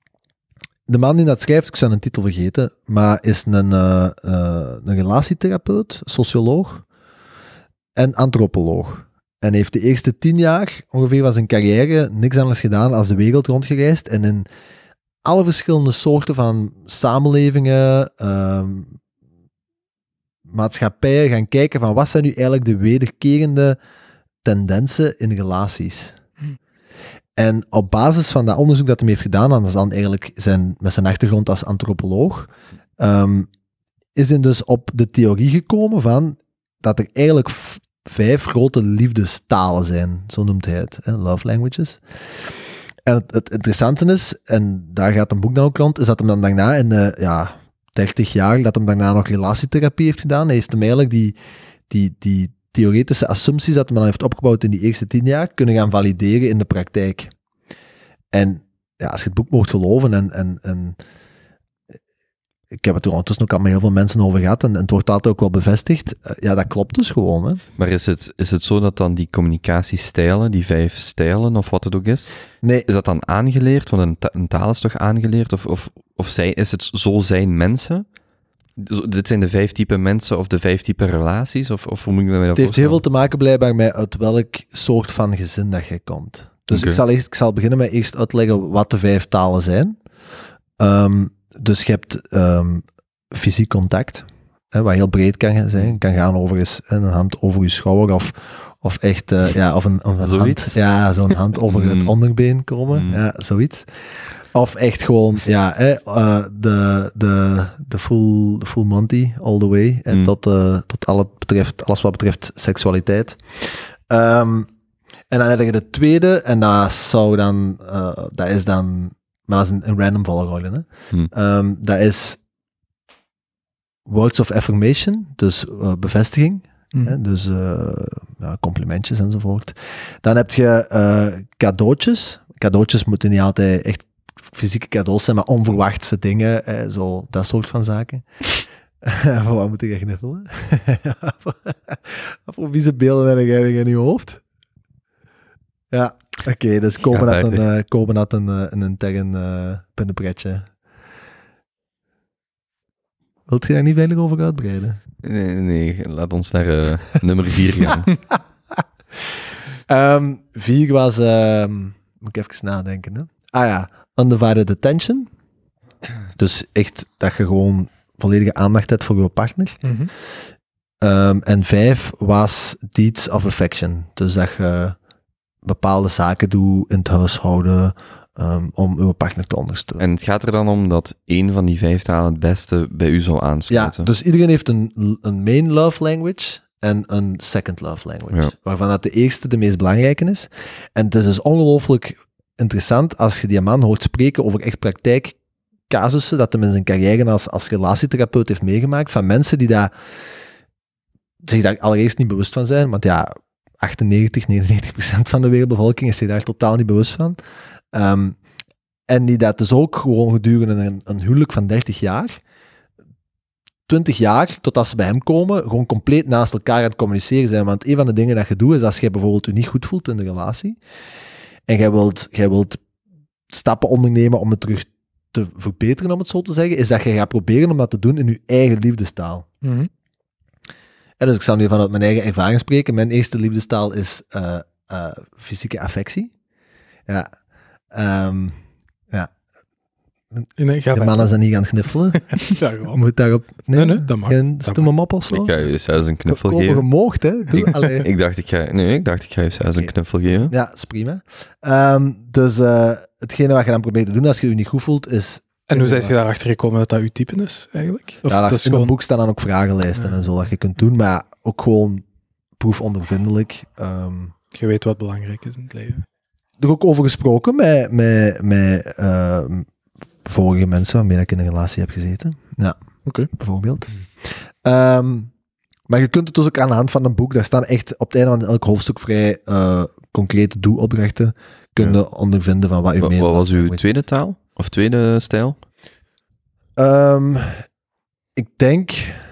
de man die dat schrijft, ik zou een titel vergeten, maar is een, eh, eh, een relatietherapeut, socioloog en antropoloog. En heeft de eerste tien jaar ongeveer van zijn carrière niks anders gedaan als de wereld rondgereisd en in alle verschillende soorten van samenlevingen, ehm, maatschappijen gaan kijken van wat zijn nu eigenlijk de wederkerende tendensen in relaties. Hm. En op basis van dat onderzoek dat hij heeft gedaan, en dat is dan eigenlijk zijn, met zijn achtergrond als antropoloog, ehm, is hij dus op de theorie gekomen van dat er eigenlijk f- vijf grote liefdestalen zijn, zo noemt hij het, hè, love languages. En het, het interessante is, en daar gaat een boek dan ook rond, is dat hem dan daarna in de ja, dertig jaar, dat hem daarna nog relatietherapie heeft gedaan. Hij heeft hem eigenlijk die, die, die theoretische assumpties dat hij dan heeft opgebouwd in die eerste tien jaar, kunnen gaan valideren in de praktijk. En ja, als je het boek mocht geloven, en, en, en ik heb het er ondertussen ook al met heel veel mensen over gehad en, en het wordt altijd ook wel bevestigd. Uh, ja, dat klopt dus gewoon. Hè. Maar is het, is het zo dat dan die communicatiestijlen, die vijf stijlen of wat het ook is, nee. is dat dan aangeleerd? Want een, ta- een taal is toch aangeleerd? Of, of, of zij, is het zo zijn mensen? Dit zijn de vijf typen mensen of de vijf typen relaties? Of, of hoe moet ik me dat Het heeft heel voorstellen? veel te maken blijkbaar met uit welk soort van gezin dat jij komt. Dus Oké. ik, zal eerst, ik zal beginnen met eerst uitleggen wat de vijf talen zijn. Um, dus je hebt um, fysiek contact, hè, wat heel breed kan zijn. Kan gaan over eens, een hand over je schouder of, of echt uh, ja, of een, of een Zoiets? hand, ja, zo'n hand over het Mm. onderbeen komen. Mm. Ja, zoiets. Of echt gewoon, ja, hè, uh, de, de, de, full, de full Monty all the way. En Mm. tot, uh, tot alle betreft, alles wat betreft seksualiteit. Um, en dan heb je de tweede, en dat zou dan, uh, dat is dan, maar dat is een, een random volgorde. Hè? Hmm. Um, dat is words of affirmation, dus uh, bevestiging. Mm. Hè? Dus uh, ja, complimentjes enzovoort. Dan heb je uh, cadeautjes. Cadeautjes moeten niet altijd echt fysieke cadeaus zijn, maar onverwachte dingen, hè? Zo, dat soort van zaken. Voor wat moet ik echt kniffelen? Voor vieze beelden heb jij in je hoofd? Ja, oké, okay, dus Koben Ja, had een, eigenlijk. uh, Koben had een, uh, een intern uh, pinnepretje. Wilt je daar niet veilig over uitbreiden? Nee, nee, laat ons naar uh, nummer vier gaan. um, vier was, um, moet ik even nadenken, hè? Ah ja, undivided attention. Dus echt dat je gewoon volledige aandacht hebt voor je partner. Mm-hmm. Um, en vijf was deeds of affection. Dus dat je bepaalde zaken doet in het huishouden um, om uw partner te ondersteunen. En het gaat er dan om dat één van die vijf talen het beste bij u zou Ja, aansluiten. dus iedereen heeft een, een main love language en een second love language. Ja. Waarvan dat de eerste de meest belangrijke is. En het is dus ongelooflijk interessant als je die man hoort spreken over echt praktijkcasussen, dat hij in zijn carrière als, als relatietherapeut heeft meegemaakt, van mensen die daar zich daar allereerst niet bewust van zijn, want ja, achtennegentig, negenennegentig procent van de wereldbevolking is zich daar totaal niet bewust van. Um, en die dat dus ook gewoon gedurende een, een huwelijk van dertig jaar, twintig jaar, totdat ze bij hem komen, gewoon compleet naast elkaar aan het communiceren zijn. Want een van de dingen dat je doet, is als jij bijvoorbeeld je niet goed voelt in de relatie, en jij wilt, jij wilt stappen ondernemen om het terug te verbeteren, om het zo te zeggen, is dat je gaat proberen om dat te doen in je eigen liefdestaal. Mm-hmm. En dus ik zal nu vanuit mijn eigen ervaring spreken. Mijn eerste liefdestaal is uh, uh, fysieke affectie. Ja. Um, ja. Nee, ga De weg. mannen zijn niet gaan kniffelen. Ja, gewoon. Moet daarop... Nee, nee, dat mag. Geen Dat stomme mop of zo? Ik ga je zelfs een knuffel Komen geven. gemoogd, hè? Doe, allee. Ik dacht, ik ga, nee, ik dacht, ik ga je zelfs een Oké. knuffel geven. Ja, dat is prima. Um, dus uh, hetgene wat je dan probeert te doen als je je niet goed voelt, is... En hoe zijn je daarachter gekomen dat dat uw type is, eigenlijk? Of Ja, dat dat is in gewoon... een boek staan dan ook vragenlijsten Ja. en zo dat je kunt doen, maar ook gewoon proefondervindelijk. Um, Je weet wat belangrijk is in het leven. er ook over gesproken met, met, met uh, vorige mensen waarmee ik in een relatie heb gezeten. Ja, Oké. bijvoorbeeld. Um, maar je kunt het dus ook aan de hand van een boek, daar staan echt op het einde van elk hoofdstuk vrij uh, concrete doelopdrachten, kun je Ja. ondervinden van wat je Wa- meent. Wat was uw tweede taal? Of tweede stijl? Um, ik denk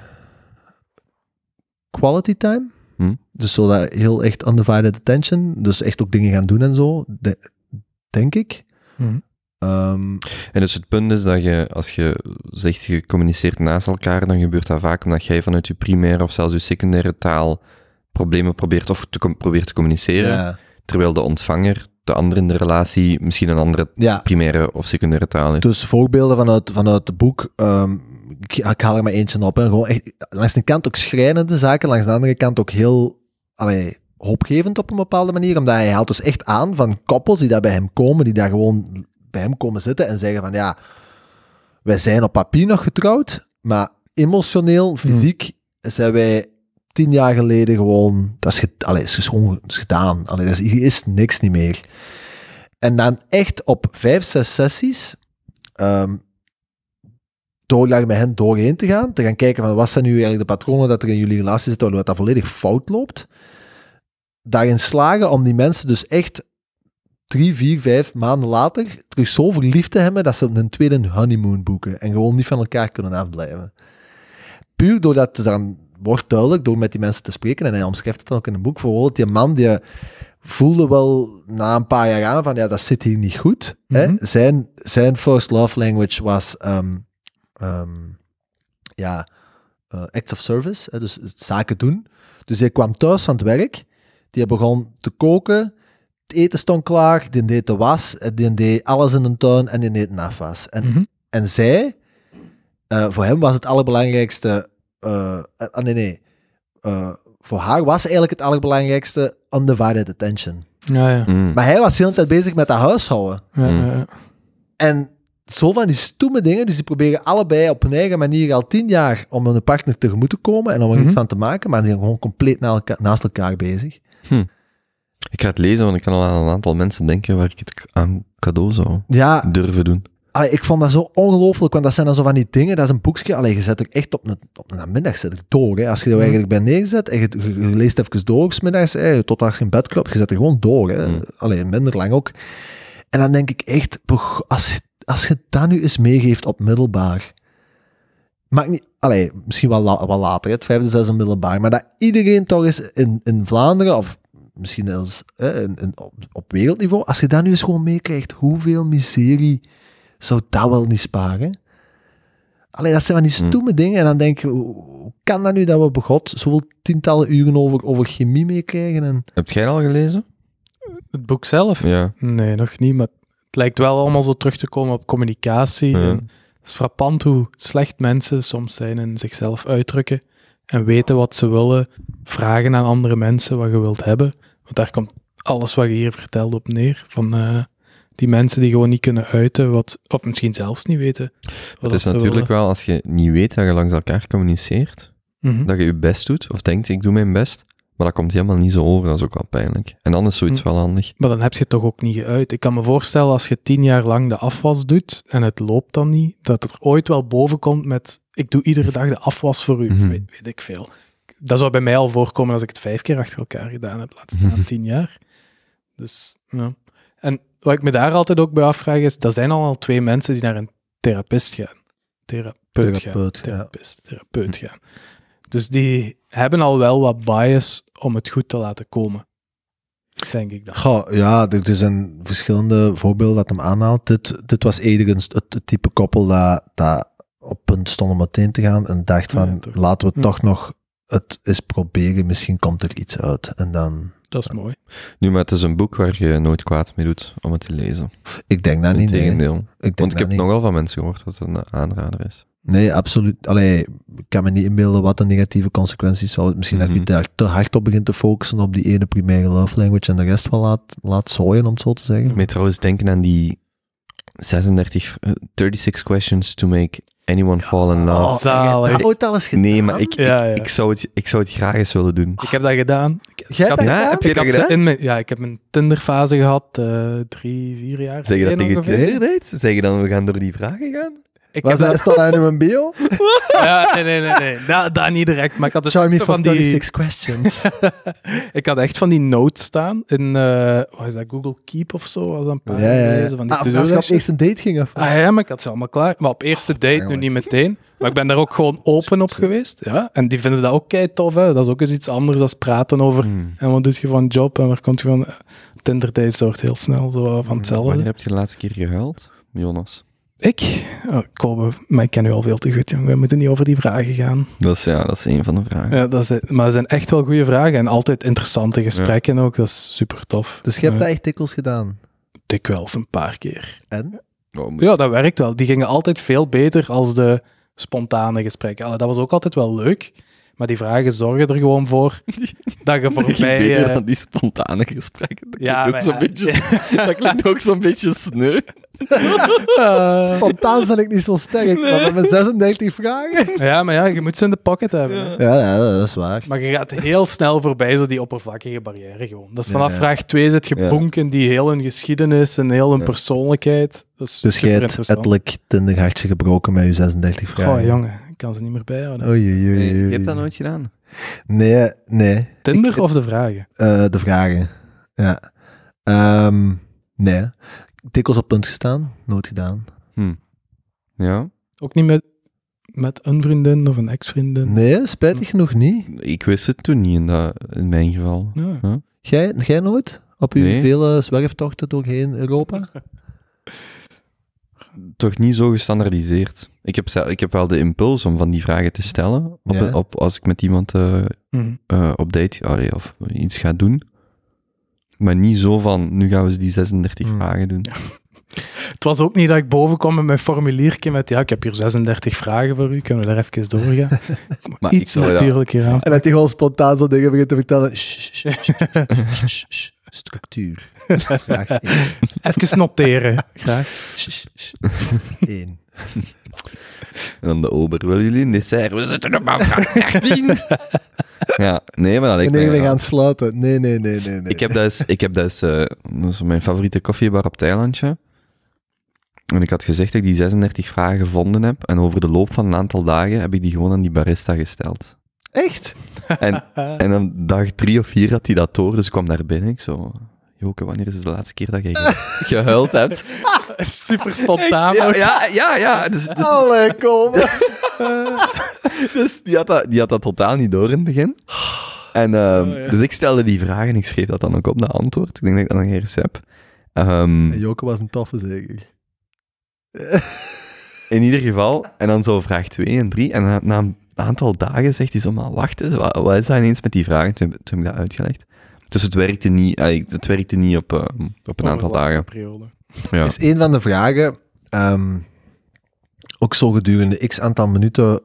quality time. Hm? Dus zo dat heel echt undivided attention. Dus echt ook dingen gaan doen en zo. De, denk ik. Mhm. Um, En dus het punt is dat je, als je zegt je communiceert naast elkaar, dan gebeurt dat vaak omdat jij vanuit je primaire of zelfs je secundaire taal problemen probeert of te, com- probeert te communiceren, ja. terwijl de ontvanger, de ander in de relatie, misschien een andere ja. primaire of secundaire taal heeft. Dus voorbeelden vanuit, vanuit het boek. Um, ik, ik haal er maar eentje op. Hè. Gewoon echt, langs de kant ook schrijnende zaken, langs de andere kant ook heel allee, hoopgevend op een bepaalde manier. Omdat hij haalt dus echt aan van koppels die daar bij hem komen, die daar gewoon bij hem komen zitten en zeggen van ja, wij zijn op papier nog getrouwd, maar emotioneel, fysiek zijn wij tien jaar geleden gewoon, dat is, ge, allee, is gewoon is gedaan. Allee, dat is, hier is niks niet meer. En dan echt op vijf, zes sessies um, door daar met hen doorheen te gaan, te gaan kijken van wat zijn nu eigenlijk de patronen dat er in jullie relatie zitten, waardoor dat volledig fout loopt. Daarin slagen om die mensen dus echt drie, vier, vijf maanden later terug zo verliefd te hebben dat ze een tweede honeymoon boeken en gewoon niet van elkaar kunnen afblijven. Puur doordat het dan wordt duidelijk, door met die mensen te spreken, en hij omschrijft het dan ook in een boek, bijvoorbeeld die man die voelde wel na een paar jaar aan van, ja, dat zit hier niet goed. Mm-hmm. Hè? Zijn, zijn first love language was um, um, ja, uh, acts of service, hè? Dus zaken doen. Dus hij kwam thuis van het werk, die begon te koken, het eten stond klaar, die deed de was, die deed alles in de tuin en die deed een afwas. En, Mm-hmm. en zij, uh, voor hem was het allerbelangrijkste, uh, uh, nee, nee, uh, voor haar was eigenlijk het allerbelangrijkste undivided attention. Ja, ja. Mm. Maar hij was de hele tijd bezig met dat huishouden. ja, Mm. ja, ja. En zo van die stoeme dingen, dus die proberen allebei op hun eigen manier al tien jaar om hun partner tegemoet te komen en om er Mm-hmm. iets van te maken, maar die zijn gewoon compleet na elka- naast elkaar bezig. Hm. Ik ga het lezen, want ik kan al aan een aantal mensen denken waar ik het k- aan cadeau zou Ja, durven doen. allee, ik vond dat zo ongelooflijk, want dat zijn dan zo van die dingen, dat is een boekje, allee, je zet er echt op een, op een namiddag zet er door, hè. Als je er eigenlijk bij neerzet en je, je, je leest even door, 's middags, hè, tot als je in bed klopt, je zet er gewoon door, hè. Mm. Allee, minder lang ook. En dan denk ik echt, boh, als, je- als je dat nu eens meegeeft op middelbaar, maakt niet, allee, misschien wel, la, wel later, hè, het vijfde, zesde middelbaar, maar dat iedereen toch eens in, in Vlaanderen, of misschien zelfs hè, in, in, op, op wereldniveau, als je dat nu eens gewoon meekrijgt, hoeveel miserie zou dat wel niet sparen? Allee, dat zijn van die stoeme dingen. En dan denk je, hoe, hoe kan dat nu dat we begot zoveel tientallen uren over, over chemie meekrijgen? En... Heb jij dat al gelezen? Het boek zelf? Ja. Nee, nog niet, maar het lijkt wel allemaal zo terug te komen op communicatie. Ja. En het is frappant hoe slecht mensen soms zijn en zichzelf uitdrukken en weten wat ze willen, vragen aan andere mensen wat je wilt hebben. Want daar komt alles wat je hier vertelt op neer, van uh, die mensen die gewoon niet kunnen uiten, wat, of misschien zelfs niet weten wat Het is ze natuurlijk willen. wel, als je niet weet dat je langs elkaar communiceert, Mhm. dat je je best doet, of denkt, ik doe mijn best, maar dat komt helemaal niet zo over, dat is ook wel pijnlijk. En dan is zoiets Hm. wel handig. Maar dan heb je het toch ook niet geuit. Ik kan me voorstellen, als je tien jaar lang de afwas doet en het loopt dan niet, dat er ooit wel boven komt met, ik doe iedere dag de afwas voor u, Mhm. weet, weet ik veel. Dat zou bij mij al voorkomen als ik het vijf keer achter elkaar gedaan heb, laat staan tien jaar. Dus, ja. En wat ik me daar altijd ook bij afvraag is, dat zijn al twee mensen die naar een therapist gaan. Therapeut, Therapeut, gaan. ja. Therapist, therapeut gaan. Dus die hebben al wel wat bias om het goed te laten komen. Denk ik dan. Goh, ja, er er zijn verschillende voorbeelden dat hem aanhaalt. Dit, dit was eerder een, het, het type koppel dat, dat op punt stond om meteen te gaan en dacht van, Ja, toch. laten we Ja. toch nog het eens proberen, misschien komt er iets uit. En dan, Dat is mooi. Nu, maar het is een boek waar je nooit kwaad mee doet om het te lezen. ik denk dat niet, nee. Integendeel. Ik denk Want ik dat heb niet. nogal van mensen gehoord dat het een aanrader is. Nee, absoluut. Allee, ik kan me niet inbeelden wat de negatieve consequenties zouden. Misschien Mhm. dat je daar te hard op begint te focussen op die ene primaire love language en de rest wel laat, laat zooien, om het zo te zeggen. Ik moet trouwens denken aan die zesendertig, eh, thirty-six questions to make anyone fall in love. Oh, zalig. heb je dat ooit al eens gedaan? Nee, maar ik, ik, Ja, ja. Ik, zou het, ik zou het graag eens willen doen. Ik heb dat gedaan. Ik, Jij ik had, hebt dat Ja, gedaan? heb je ik dat had ze gedaan? in mijn, ja, ik heb een Tinderfase gehad, eh, drie, vier jaar Zeg je dat geleden tegen ongeveer. Tinder date? Zeg je dan, we gaan door die vragen gaan? Ik Was heb dat, dat, is dat nou in mijn bio? ja, nee, nee, nee, nee. Dat, dat niet direct, maar ik had dus Show me van for die... thirty-six questions. ik had echt van die notes staan in, eh wat is dat, Google Keep of zo? Was dat een paar ja, ja, jaar ja. geleden, van die Ah, als je op to-do-lijstjes. eerste date ging, of? Ah ja, maar ik had ze allemaal klaar. Maar op eerste date nu Eigenlijk. niet meteen. Maar ik ben daar ook gewoon open op geweest. Ja. En die vinden dat ook kei tof. Hè. Dat is ook eens iets anders dan praten over Hmm. en wat doe je van job en waar komt je van. Tinder dates wordt heel snel zo van hetzelfde. Wanneer heb je de laatste keer gehuild, Jonas? Ik? Oh, Kobe, maar ik ken u al veel te goed, jongen. We moeten niet over die vragen gaan. Dat is, ja, dat is een van de vragen. Ja, dat is, maar het zijn echt wel goede vragen en altijd interessante gesprekken ook. Dat is super tof. Dus je hebt Ja. dat echt dikwijls gedaan. Dikwijls een paar keer. En? Oh, moet- Ja, dat werkt wel. Die gingen altijd veel beter als de spontane gesprekken. Allee, dat was ook altijd wel leuk. Maar die vragen zorgen er gewoon voor dat je Die voorbij... beter eh, dan die spontane gesprekken. Dat ja, klinkt, ook maar zo'n ja. beetje, dat klinkt ook zo'n beetje sneu. eh, Spontaan ben ik niet zo sterk, maar met mijn zesendertig vragen. ja, maar ja, je moet ze in de pocket hebben. hè. Ja, ja, dat is waar. Maar je gaat heel snel voorbij zo die oppervlakkige barrière gewoon. Dat is vanaf Ja, ja. vraag twee zit je Ja. bonk in die heel hun geschiedenis en heel hun Ja. persoonlijkheid. Dat is Dus jij super hebt interessant. ettelijk Tinderhartje gebroken met je zesendertig vragen. Goh, jongen, ik kan ze niet meer bijhouden. Oei, oei, oei, Nee, oei. je hebt dat nooit gedaan? Nee, nee. Tinder Ik- of de vragen? eh, de vragen. Ja. Ehm, Nee. Dikwijls op punt gestaan, nooit gedaan. Hm. Ja, Ook niet met, met een vriendin of een ex-vriendin? Nee, spijtig genoeg niet. ik wist het toen niet in, dat, in mijn geval. Ja. Jij, jij nooit? Op uw Nee. vele zwerftochten doorheen Europa? Toch niet zo gestandaardiseerd. Ik heb, zelf, ik heb wel de impuls om van die vragen te stellen op, Ja. op, als ik met iemand uh, Mhm. uh, op date allee, of iets ga doen. Maar niet zo van, nu gaan we eens die zesendertig Hmm. vragen doen. Het was ook niet dat ik boven kwam met mijn formuliertje met ja, ik heb hier zesendertig vragen voor u, kunnen we daar even doorgaan? Maar Iets ik zou dat- natuurlijker aan. En dat hij gewoon spontaan zo dingen begint te vertellen. Shh, shh, shh, shh, shh, shh. Structuur. Vraag één. Even noteren, graag. Shh, shh, shh. Eén. En dan de ober, willen jullie een dessert? We zitten nog maar op vraag dertien. Ja, nee, maar dat lijkt Wanneer mij... we ja. gaan sluiten. Nee, nee, nee, nee. nee. Ik heb dat eens, ik heb dat eens, eh, dat is mijn favoriete koffiebar op Thailandje. En ik had gezegd dat ik die zesendertig vragen gevonden heb. En over de loop van een aantal dagen heb ik die gewoon aan die barista gesteld. Echt? En, en dan dag drie of vier had hij dat door, dus ik kwam daar binnen. Ik zo, Joke, wanneer is het de laatste keer dat jij ge- gehuild hebt? Super spontaan. Ja, ook. ja, ja. ja. Dus, dus, Allee, kom. dus die, had dat, die had dat totaal niet door in het begin. En, ehm, Oh, ja. Dus ik stelde die vraag en ik schreef dat dan ook op, de antwoord. Ik denk dat ik dat nog ergens heb. Ehm, En Joke was een toffe, zeker. in ieder geval, en dan zo vraag twee en drie. En na, na een aantal dagen zegt hij zo, maar wacht eens, wat, wat is dat ineens met die vragen? Toen, toen heb ik dat uitgelegd. Dus het werkte niet, eh, het werkte niet op, eh, op een aantal dagen. Periode. Ja. Is een van de vragen ehm, ook zo gedurende x aantal minuten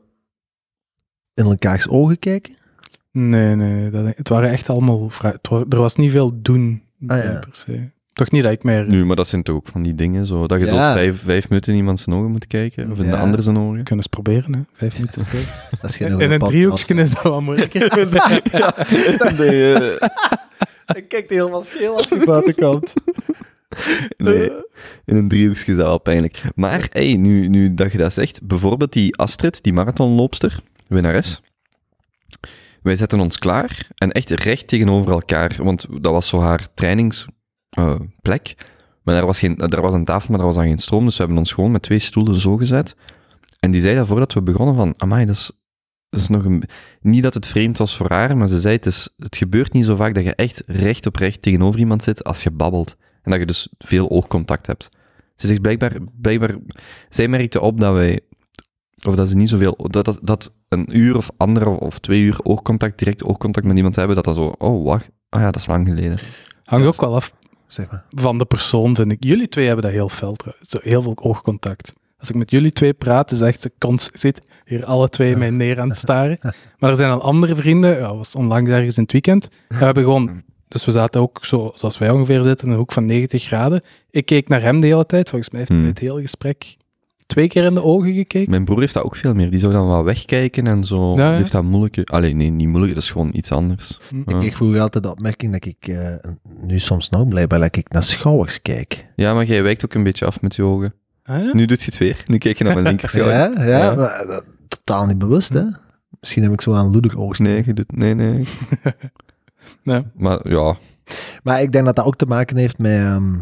in elkaars ogen kijken? Nee, nee, dat, het waren echt allemaal vragen. Het wa- Er was niet veel doen, Ah, ja. per se. Toch niet dat ik meer Nu, maar dat zijn toch ook van die dingen, zo, dat je Ja. zo vijf, vijf minuten in iemand zijn ogen moet kijken, of in de Ja. andere zijn ogen. kunnen eens proberen, hè? Vijf minuten stil. Dat is geen In een podcast. driehoekje is dat wel moeilijker. Ja, de, eh, Ik kijk helemaal scheel als je buiten komt. nee, in een driehoekje is dat wel pijnlijk. Maar, hey, nu, nu dat je dat zegt, bijvoorbeeld die Astrid, die marathonloopster, winnares, wij zetten ons klaar en echt recht tegenover elkaar, want dat was zo haar trainingsplek. maar daar was, geen, daar was een tafel, maar daar was dan geen stroom, dus we hebben ons gewoon met twee stoelen zo gezet. En die zei dat voordat we begonnen van, amai, dat is, dat is nog een... Niet dat het vreemd was voor haar, maar ze zei, het, is, het gebeurt niet zo vaak dat je echt recht op recht tegenover iemand zit als je babbelt. En dat je dus veel oogcontact hebt. Ze zegt blijkbaar, blijkbaar zij merkte op dat wij, of dat ze niet zoveel, dat, dat, dat een uur of anderhalf of twee uur oogcontact, direct oogcontact met iemand hebben, dat dat zo, oh wacht, ah ja, dat is lang geleden. Hangt ook wel af Zeg maar. van de persoon, vind ik. Jullie twee hebben dat heel fel, trouwens. Zo heel veel oogcontact. Als ik met jullie twee praat, is echt, ik zit hier alle twee mij neer aan het staren. Maar er zijn dan andere vrienden, ja, was onlangs ergens in het weekend, we hebben gewoon, dus we zaten ook zo, zoals wij ongeveer zitten, in een hoek van negentig graden. Ik keek naar hem de hele tijd, volgens mij heeft hij Hmm. het hele gesprek twee keer in de ogen gekeken. Mijn broer heeft dat ook veel meer, die zou dan wel wegkijken en zo, Ja, ja. die heeft dat moeilijke, allee, nee, niet moeilijk, dat is gewoon iets anders. Hm. Ja. Ik kreeg vroeger altijd de opmerking dat ik, eh, nu soms nog blijkbaar, dat ik naar schouwers kijk. Ja, maar jij wijkt ook een beetje af met je ogen. Ah, ja? Nu doet je het weer, nu kijk je naar mijn linkerschouder. Ja, ja, Ja. maar, eh, totaal niet bewust, hè. Misschien heb ik zo aan Ludig oogst. Nee, je doet, nee, nee. Nee. Maar ja, Maar ik denk dat dat ook te maken heeft met ehm,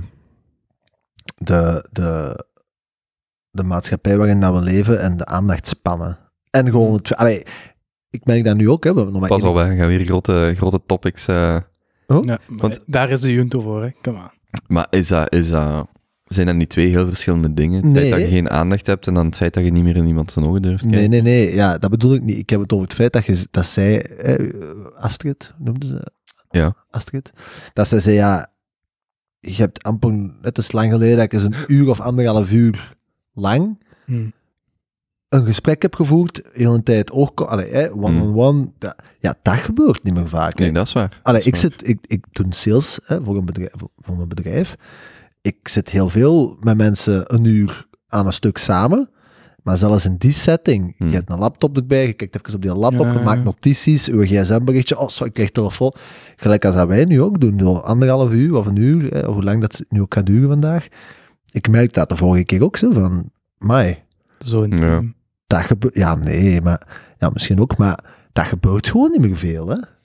de, de, de maatschappij waarin dat we leven en de aandachtspannen. En gewoon het... Allee, ik merk dat nu ook, hè. We hebben nog maar pas één- op, hè, gaan weer grote, grote topics... eh. Ja, maar Want- daar is de Junto voor, hè. Kom aan. Maar is dat, is dat, zijn dat niet twee heel verschillende dingen? Het Nee. feit dat je geen aandacht hebt en dan het feit dat je niet meer in iemand zijn ogen durft Nee, kijken? nee, nee. Ja, dat bedoel ik niet. Ik heb het over het feit dat, je, dat zij... eh, Astrid, noemde ze? Ja. Astrid. Dat zij zei, ja... Je hebt amper... Het is lang geleden dat ik eens een uur of anderhalf uur lang Hm. een gesprek heb gevoerd, heel een tijd oog, allee, hè, one-on-one, dat, ja, dat gebeurt niet meer vaak. hè. Nee, dat is waar. Allee, Dat is ik, waar. zit, ik, ik doe sales hè, voor, een bedrijf, voor, voor mijn bedrijf. Ik zit heel veel met mensen een uur aan een stuk samen, maar zelfs in die setting, Hmm. je hebt een laptop erbij, je kijkt even op die laptop, Ja, je ja. maakt notities, je gsm-berichtje, oh, zo, ik krijg telefoon. Gelijk als dat wij nu ook doen, zo anderhalf uur of een uur, hè, of hoe lang dat nu ook gaat duren vandaag. Ik merk dat de vorige keer ook zo van, mai, Zo in Ja. dat gebeurt, ja, nee, maar ja, misschien ook, maar dat gebeurt gewoon niet meer veel, hè?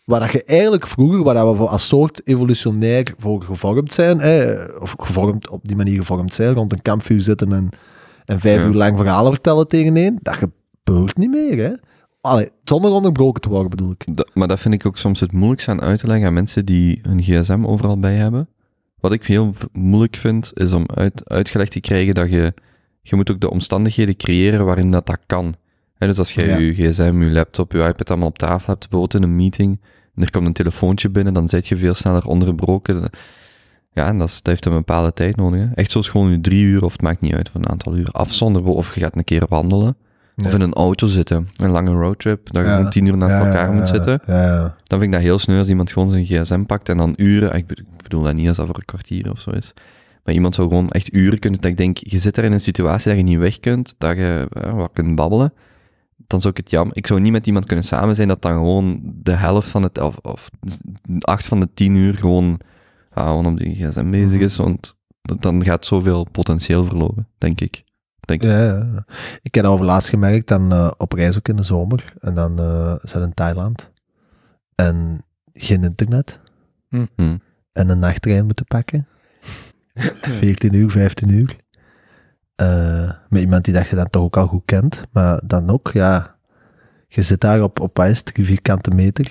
waar dat je eigenlijk vroeger, waar we voor als soort evolutionair voor gevormd zijn, hè, of gevormd, op die manier gevormd zijn, rond een kampvuur zitten en, en vijf Ja. uur lang verhalen vertellen tegen één, dat gebeurt niet meer, hè. Allee, zonder onderbroken te worden, bedoel ik. Dat- maar dat vind ik ook soms het moeilijkste aan uit te leggen aan mensen die hun gsm overal bij hebben. Wat ik heel v- moeilijk vind, is om uit, uitgelegd te krijgen dat je... Je moet ook de omstandigheden creëren waarin dat, dat kan. Hè, dus als jij Ja. je gsm, je laptop, je iPad allemaal op tafel hebt, bijvoorbeeld in een meeting, en er komt een telefoontje binnen, dan zit je veel sneller onderbroken. Ja, en dat, is, dat heeft een bepaalde tijd nodig. Hè. Echt zoals gewoon je drie uur, of het maakt niet uit, of een aantal uur afzonderen, of je gaat een keer wandelen. Of Ja. in een auto zitten, een lange roadtrip, dat je Ja. gewoon tien uur naast Ja, elkaar ja, moet ja, zitten. Ja, ja. Dan vind ik dat heel sneu als iemand gewoon zijn gsm pakt en dan uren, ik bedoel, ik bedoel dat niet als dat voor een kwartier of zo is, maar iemand zou gewoon echt uren kunnen, dat ik denk, je zit daar in een situatie dat je niet weg kunt, dat je eh, wat kunt babbelen, dan zou ik het jammer, ik zou niet met iemand kunnen samen zijn dat dan gewoon de helft van het, of, of acht van de tien uur gewoon, ja, gewoon op die gsm bezig is, want dat- dan gaat zoveel potentieel verloren, denk ik. Denk ik. Ja, ja, ja. Ik heb dat over laatst gemerkt, dan uh, op reis ook in de zomer. En dan uh, zijn we in Thailand. En geen internet. Hm. Hm. En een nachttrein moeten pakken. veertien uur, vijftien uur. Uh, met iemand die dat je dan toch ook al goed kent. Maar dan ook, ja... Je zit daar op, op wat is het, drie vierkante meter.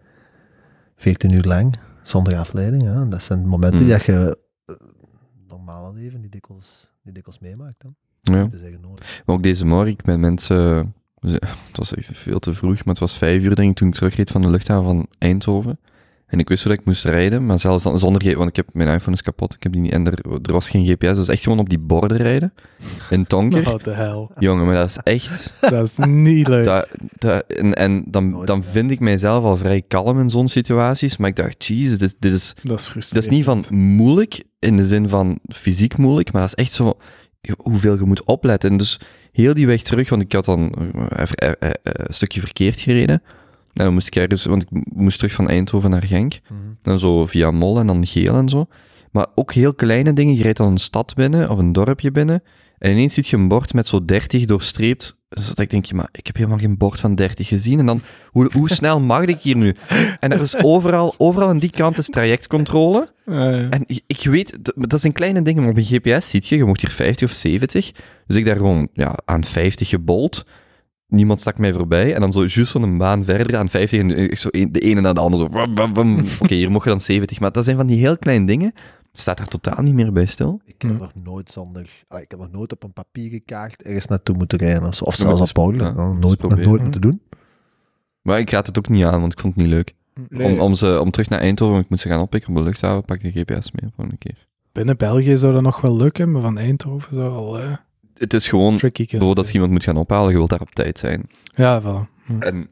veertien uur lang. Zonder afleiding. Ja. Dat zijn momenten Hm. die dat je... Uh, normale leven niet dikwijls, niet dikwijls meemaakt. Dan. Ja. Te zeggen nooit. Maar ook deze morgen, ik met mensen... Het was echt veel te vroeg, maar het was vijf uur denk ik toen ik terugreed van de luchthaven van Eindhoven. En ik wist hoe dat ik moest rijden, maar zelfs dan, zonder... G- Want ik heb, mijn iPhone is kapot, ik heb die niet... En er, er was geen G P S, dus echt gewoon op die borden rijden. In Tonker. What the hell. Jongen, maar dat is echt... Dat is niet leuk. Dat, dat, en en dan, Nooit, dan ja. vind ik mijzelf al vrij kalm in zo'n situaties, maar ik dacht, jeez, dit, dit is... Dat is Dat frustrerend. is niet van moeilijk, in de zin van fysiek moeilijk, maar dat is echt zo hoeveel je moet opletten. En dus heel die weg terug, want ik had dan eh, eh, eh, een stukje verkeerd gereden. En dan moest ik ergens, want ik moest terug van Eindhoven naar Genk. Mm-hmm. Dan zo via Mol en dan Geel en zo. Maar ook heel kleine dingen. Je rijdt dan een stad binnen of een dorpje binnen. En ineens ziet je een bord met zo dertig doorstreept. Dus dat ik denk, maar ik heb helemaal geen bord van dertig gezien. En dan, hoe, hoe snel mag ik hier nu? En er is overal, overal aan die kant is trajectcontrole. Ah, ja. En ik, ik weet, dat, dat zijn kleine dingen, maar op een G P S ziet je, je mocht hier vijftig of zeventig. Dus ik daar gewoon ja, aan vijftig gebold. Niemand stak mij voorbij. En dan zo juist zo'n baan verder aan vijftig. En ik zo een, de ene na de andere. Zo, wam, wam, wam. Oké, hier mocht je dan zeventig. Maar dat zijn van die heel kleine dingen. Staat daar totaal niet meer bij stil. Ik heb Hm. nog nooit zonder... ah, ik heb nog nooit op een papieren kaart ergens naartoe moeten rijden. Of, of Ja, maar zelfs het op Polen. is- ja, Ja, het is nooit, nog proberen. nooit Hm. moeten doen. Maar ik raad het ook niet aan, want ik vond het niet leuk. Nee, Om, om, ze, om terug naar Eindhoven, want ik moet ze gaan oppikken op de luchthaven, pak ik de G P S mee voor een keer. Binnen België zou dat nog wel lukken, maar van Eindhoven zou al eh, Het is gewoon, tricky kunnen bijvoorbeeld als je zijn. iemand moet gaan ophalen, je wilt daar op tijd zijn. Ja, voilà. Hm. En,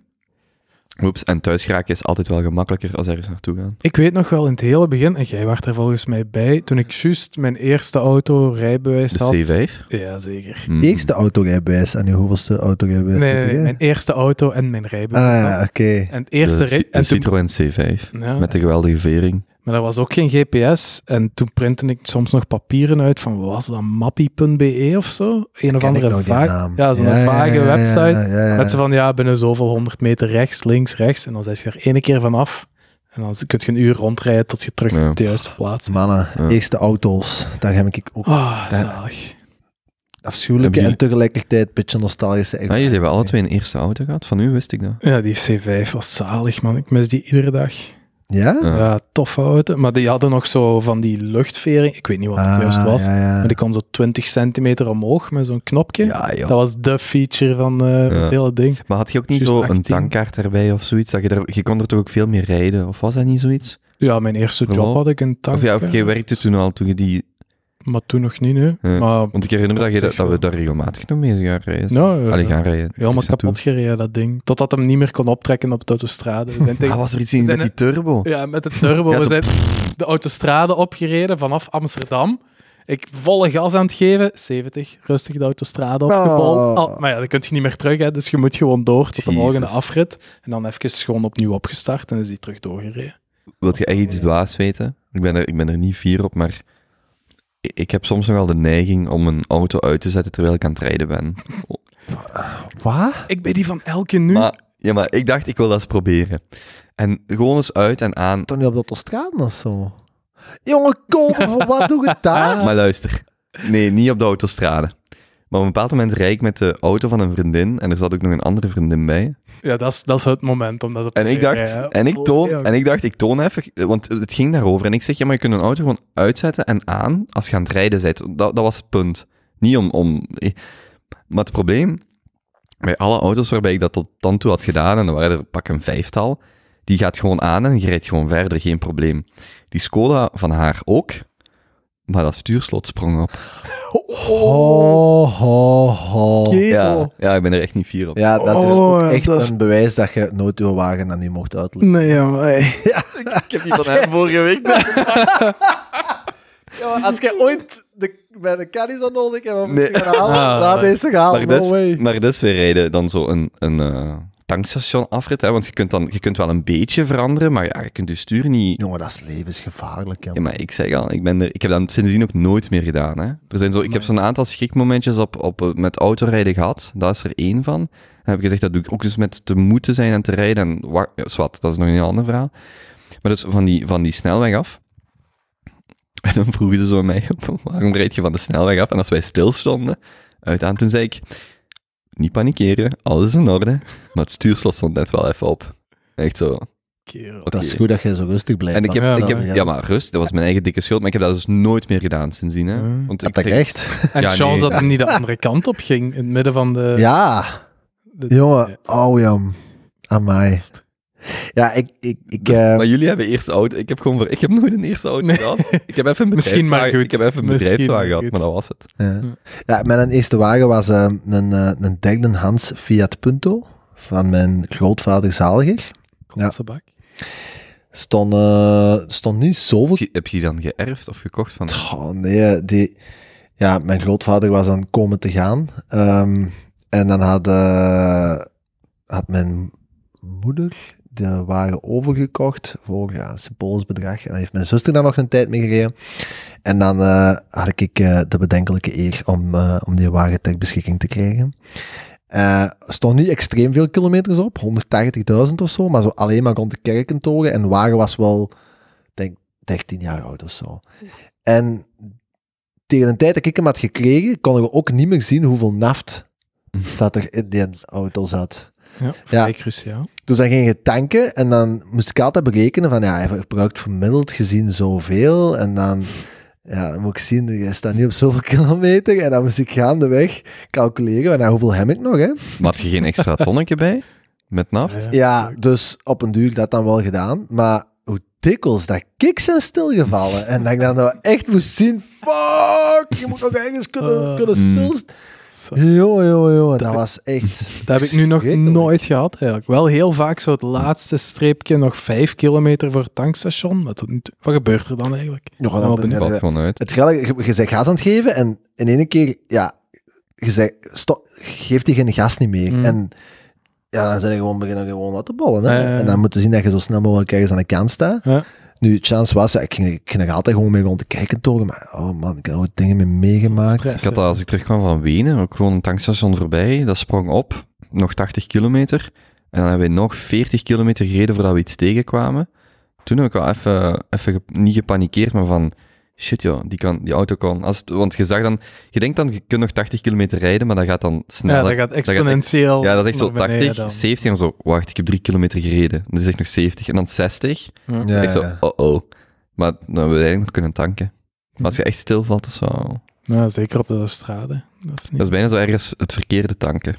oeps, en thuis geraken is altijd wel gemakkelijker als ergens naartoe gaan. Ik weet nog wel in het hele begin, en jij was er volgens mij bij, toen ik juist mijn eerste auto rijbewijs De had. C vijf? Ja, zeker. Mm. Eerste autorijbewijs. En nu hoeveelste autorijbewijs Nee, zit nee, er, nee, hè? mijn eerste auto en mijn Ah rijbewijs. ja, oké. En het eerste de, rij- Ci- de en toen- Citroën C vijf, Ja, met de geweldige vering. maar er was ook geen G P S. En toen printte ik soms nog papieren uit van, wat was dat, mappie punt b e of zo? Een of Ken ik andere nog die vaag... naam. Ja, zo'n Ja, ja, vage ja, ja, website. ja, ja, ja. Met zo van, ja, binnen zoveel honderd meter rechts, links, rechts. En dan zet je er één keer vanaf. En dan kun je een uur rondrijden tot je terug Ja. op de juiste plaats. Mannen, Ja. eerste auto's. Daar heb ik ook Oh, Daar- zalig. afschuwelijke Hebben en tegelijkertijd een beetje nostalgische Ah, jullie hebben alle twee een eerste auto gehad, van u wist ik dat. Ja, die C vijf was zalig, man. Ik mis die iedere dag. Ja? Ja. Ja, toffe auto. Maar die hadden nog zo van die luchtvering. Ik weet niet wat het Ah, juist was. ja, ja. Maar die kwam zo twintig centimeter omhoog met zo'n knopje. Ja, joh. Dat was de feature van eh, Ja. het hele ding. Maar had je ook niet Juist zo een achttien. tankkaart erbij of zoiets? Dat je, er, je kon er toch ook veel meer rijden? Of was dat niet zoiets? Ja, mijn eerste job Hallo? had ik een tank. of ja, of ja. je werkte toen al, toen je die... Maar toen nog niet, hè. Ja. Maar Want ik herinner me dat, je, dat, zich dat we wel. daar regelmatig nog mee gaan rijden. Ja, ja, Allee, ja. gaan rijden. helemaal Ik zat kapot gereden, dat ding. Totdat hem niet meer kon optrekken op de autostrade. We zijn toen- tegen... Ah, was er iets in zijn met die turbo? Ja, met de turbo. Ja, We zo- zijn de autostrade opgereden vanaf Amsterdam. Ik volle gas aan het geven. zeventig, rustig de autostrade opgebold. Oh. Al, maar ja, dan kun je niet meer terug, hè. Dus je moet gewoon door tot de Jezus. volgende afrit. En dan even gewoon opnieuw opgestart en is die terug doorgereden. Wilt je echt iets dwaas weten? Ik ben, er, ik ben er niet fier op, maar ik, ik heb soms nogal de neiging om een auto uit te zetten terwijl ik aan het rijden ben. Wat? Ik ben die van elke nu. Maar Ja, maar ik dacht, ik wil dat eens proberen. En gewoon eens uit en aan. Toch niet op de autostrade of zo? Jongen, kom, voor wat doe je daar? Maar luister, nee, niet op de autostrade. Maar op een bepaald moment rijd ik met de auto van een vriendin en er zat ook nog een andere vriendin bij. Ja, dat is, dat is het moment om dat op te En ik leren, dacht, ja. en ik Oh, toon, ja. en ik dacht, ik toon even, want het ging daarover. En ik zeg, ja, maar je kunt een auto gewoon uitzetten en aan als je aan het rijden bent. Dat, dat was het punt. Niet om, om... Maar het probleem, bij alle auto's waarbij ik dat tot dan toe had gedaan, en er waren er pak een vijftal, die gaat gewoon aan en je rijdt gewoon verder, geen probleem. Die Skoda van haar ook, maar dat stuurslot sprong op. Ho, ho, ho. Ja, ja, ik ben er echt niet fier op. Ja, dat is dus Oh, ook ja, echt dat is- een bewijs dat je nooit je wagen aan niet mocht uitleggen. Nee, ja, maar... hey. Ik heb die van hem vorige week. Ja, als je ooit de, bij de caddy zo nodig hebt om Nee. te gaan halen, Ah, laat nee. deze gaan. Maar No dus, way. maar dus, we rijden dan zo een, een eh, tankstation afrit, hè, want je kunt, dan, je kunt wel een beetje veranderen, maar ja, je kunt je stuur niet... Jongen, dat is levensgevaarlijk. Ja. Ja, maar ik zeg al, ik, ben er, ik heb dat sindsdien ook nooit meer gedaan. Hè. Er zijn zo, ik heb zo'n aantal schrikmomentjes op, op, eh, met autorijden gehad, dat is er één van. En heb ik gezegd, dat doe ik ook dus met te moeten zijn en te rijden. En wa- ja, zwart, dat is nog een ander verhaal. Maar dus van die, van die snelweg af. En dan vroegen ze zo aan mij, waarom rijd je van de snelweg af? En als wij stilstonden, uit aan, toen zei ik, niet panikeren, alles is in orde. Maar het stuurslot stond net wel even op. Echt zo. Kerel. Dat is goed dat je zo rustig blijft. En ik heb, Ja, ik heb, dan- ja, maar rust, dat was mijn eigen dikke schuld, maar ik heb dat dus nooit meer gedaan sindsdien. Hè. Ja. Want Dat ik dat kreeg- echt? En Ja, chance nee. dat hem niet de andere kant op ging, in het midden van de... Ja, de- jongen. Oh, jam. Amai. Ja, ik... ik, ik eh, Maar jullie hebben eerst auto. Ik heb gewoon voor, ik heb nooit een eerste auto Nee. gehad. Ik heb even een Misschien maar bedrijfswagen, goed. ik heb even een Misschien bedrijfswagen maar gehad, goed. maar dat was het. ja. Ja, mijn eerste wagen was eh, een, eh, een derde Hans Fiat Punto van mijn grootvader Zaliger. Klasse bak. Stond, eh, stond niet zoveel... Heb je, heb je die dan geërfd of gekocht van? Oh, nee, die... Ja, mijn grootvader was dan komen te gaan. Ehm, en dan had, eh, had mijn moeder de wagen overgekocht voor ja, een symboolisch bedrag. En dan heeft mijn zuster daar nog een tijd mee gereden. En dan eh, had ik eh, de bedenkelijke eer om, eh, om die wagen ter beschikking te krijgen. Eh, Er stond niet extreem veel kilometers op, honderdtachtigduizend of zo, maar zo alleen maar rond de Kerkentoren. En de wagen was wel, denk dertien jaar oud of zo. En tegen de tijd dat ik hem had gekregen, konden we ook niet meer zien hoeveel naft dat er in die auto zat. Ja, vrij cruciaal. Dus dan ging je tanken en dan moest ik altijd berekenen van, ja, hij verbruikt gemiddeld gezien zoveel. En dan, ja, dan moet ik zien, je staat nu op zoveel kilometer. En dan moest ik gaandeweg calculeren, van, nou, hoeveel heb ik nog, hè? Maar had je geen extra tonnetje bij? Met naft? Ja. Ja, dus op een duur dat dan wel gedaan. Maar hoe dikwijls dat ik zijn stilgevallen. En dat ik dan nou echt moest zien, fuck, je moet nog ergens kunnen, Ah. kunnen Mm. stilstaan. Zo. Jongen, jongen, jongen, dat heb- was echt... Dat heb ik nu nog schrikkelijk. nooit gehad, eigenlijk. Wel heel vaak zo het laatste streepje, nog vijf kilometer voor het tankstation. Maar tot nu toe- wat gebeurt er dan eigenlijk? Ja, wel dan ben benieuwd. Valt je, gewoon uit. het geld, je, je bent gas aan het geven en in één keer, ja, je zegt, stop, geeft hij geen gas niet meer. Mm. En ja, dan zijn je gewoon beginnen gewoon uit te bollen. Hè? Ja, ja, ja. En dan moeten zien dat je zo snel mogelijk ergens aan de kant staat. Ja. Nu, de chance was, ja, ik ging, ik ging er altijd gewoon mee rond te kijken toren, maar oh man, ik heb er ook dingen mee meegemaakt. Stress, Ik had dat als ik terugkwam van Wenen, ook gewoon een tankstation voorbij, dat sprong op, nog tachtig kilometer. En dan hebben we nog veertig kilometer gereden voordat we iets tegenkwamen. Toen heb ik wel even, even ge- niet gepanikeerd, maar van, shit joh, die, kan, die auto kan... Als het, want je zag dan, je denkt dan, je kunt nog tachtig kilometer rijden, maar dat gaat dan Ja, sneller. dat gaat echt- exponentieel. Ja, dat is echt zo naar beneden tachtig, dan. zeventig en zo, wacht, ik heb drie kilometer gereden. Dan is echt nog zeventig en dan zestig. Ja. Ja, Echt zo, ja. oh-oh. Maar dan hebben we eigenlijk nog kunnen tanken. Maar als je echt stilvalt, dat is wel... Ja, zeker op de strade. Dat is niet... Dat is bijna zo ergens het verkeerde tanken.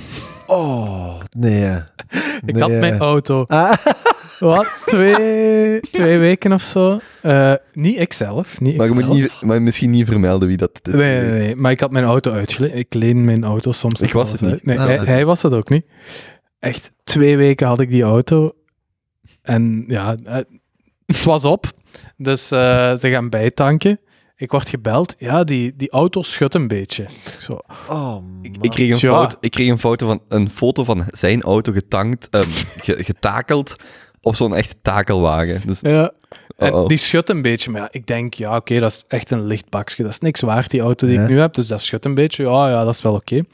Oh, nee. Ik had Nee. mijn auto, Ah, wat, twee, twee weken of zo. Eh, niet ikzelf, niet Maar je moet ikzelf. niet, maar misschien niet vermelden wie dat is. Nee, nee, nee, maar ik had mijn auto uitgeleend. Ik leen mijn auto soms. Ik nog was wel het eens uit. Nee, Ah, hij, dat- hij was het ook niet. Echt, twee weken had ik die auto. En ja, eh, het was op. Dus eh, ze gaan bijtanken. Ik word gebeld. Ja, die, die auto schudt een beetje. Ik Zo, oh, Ik, man. ik, kreeg een Ja. foto, ik kreeg een foto van een foto van zijn auto getankt, ehm, ge- getakeld op zo'n echte takelwagen. Dus, ja. En oh-oh. die schudt een beetje. Maar ja, ik denk, ja, oké, dat is echt een licht bakje. Dat is niks waard, die auto die Ja. ik nu heb. Dus dat schudt een beetje. Ja, ja, dat is wel oké.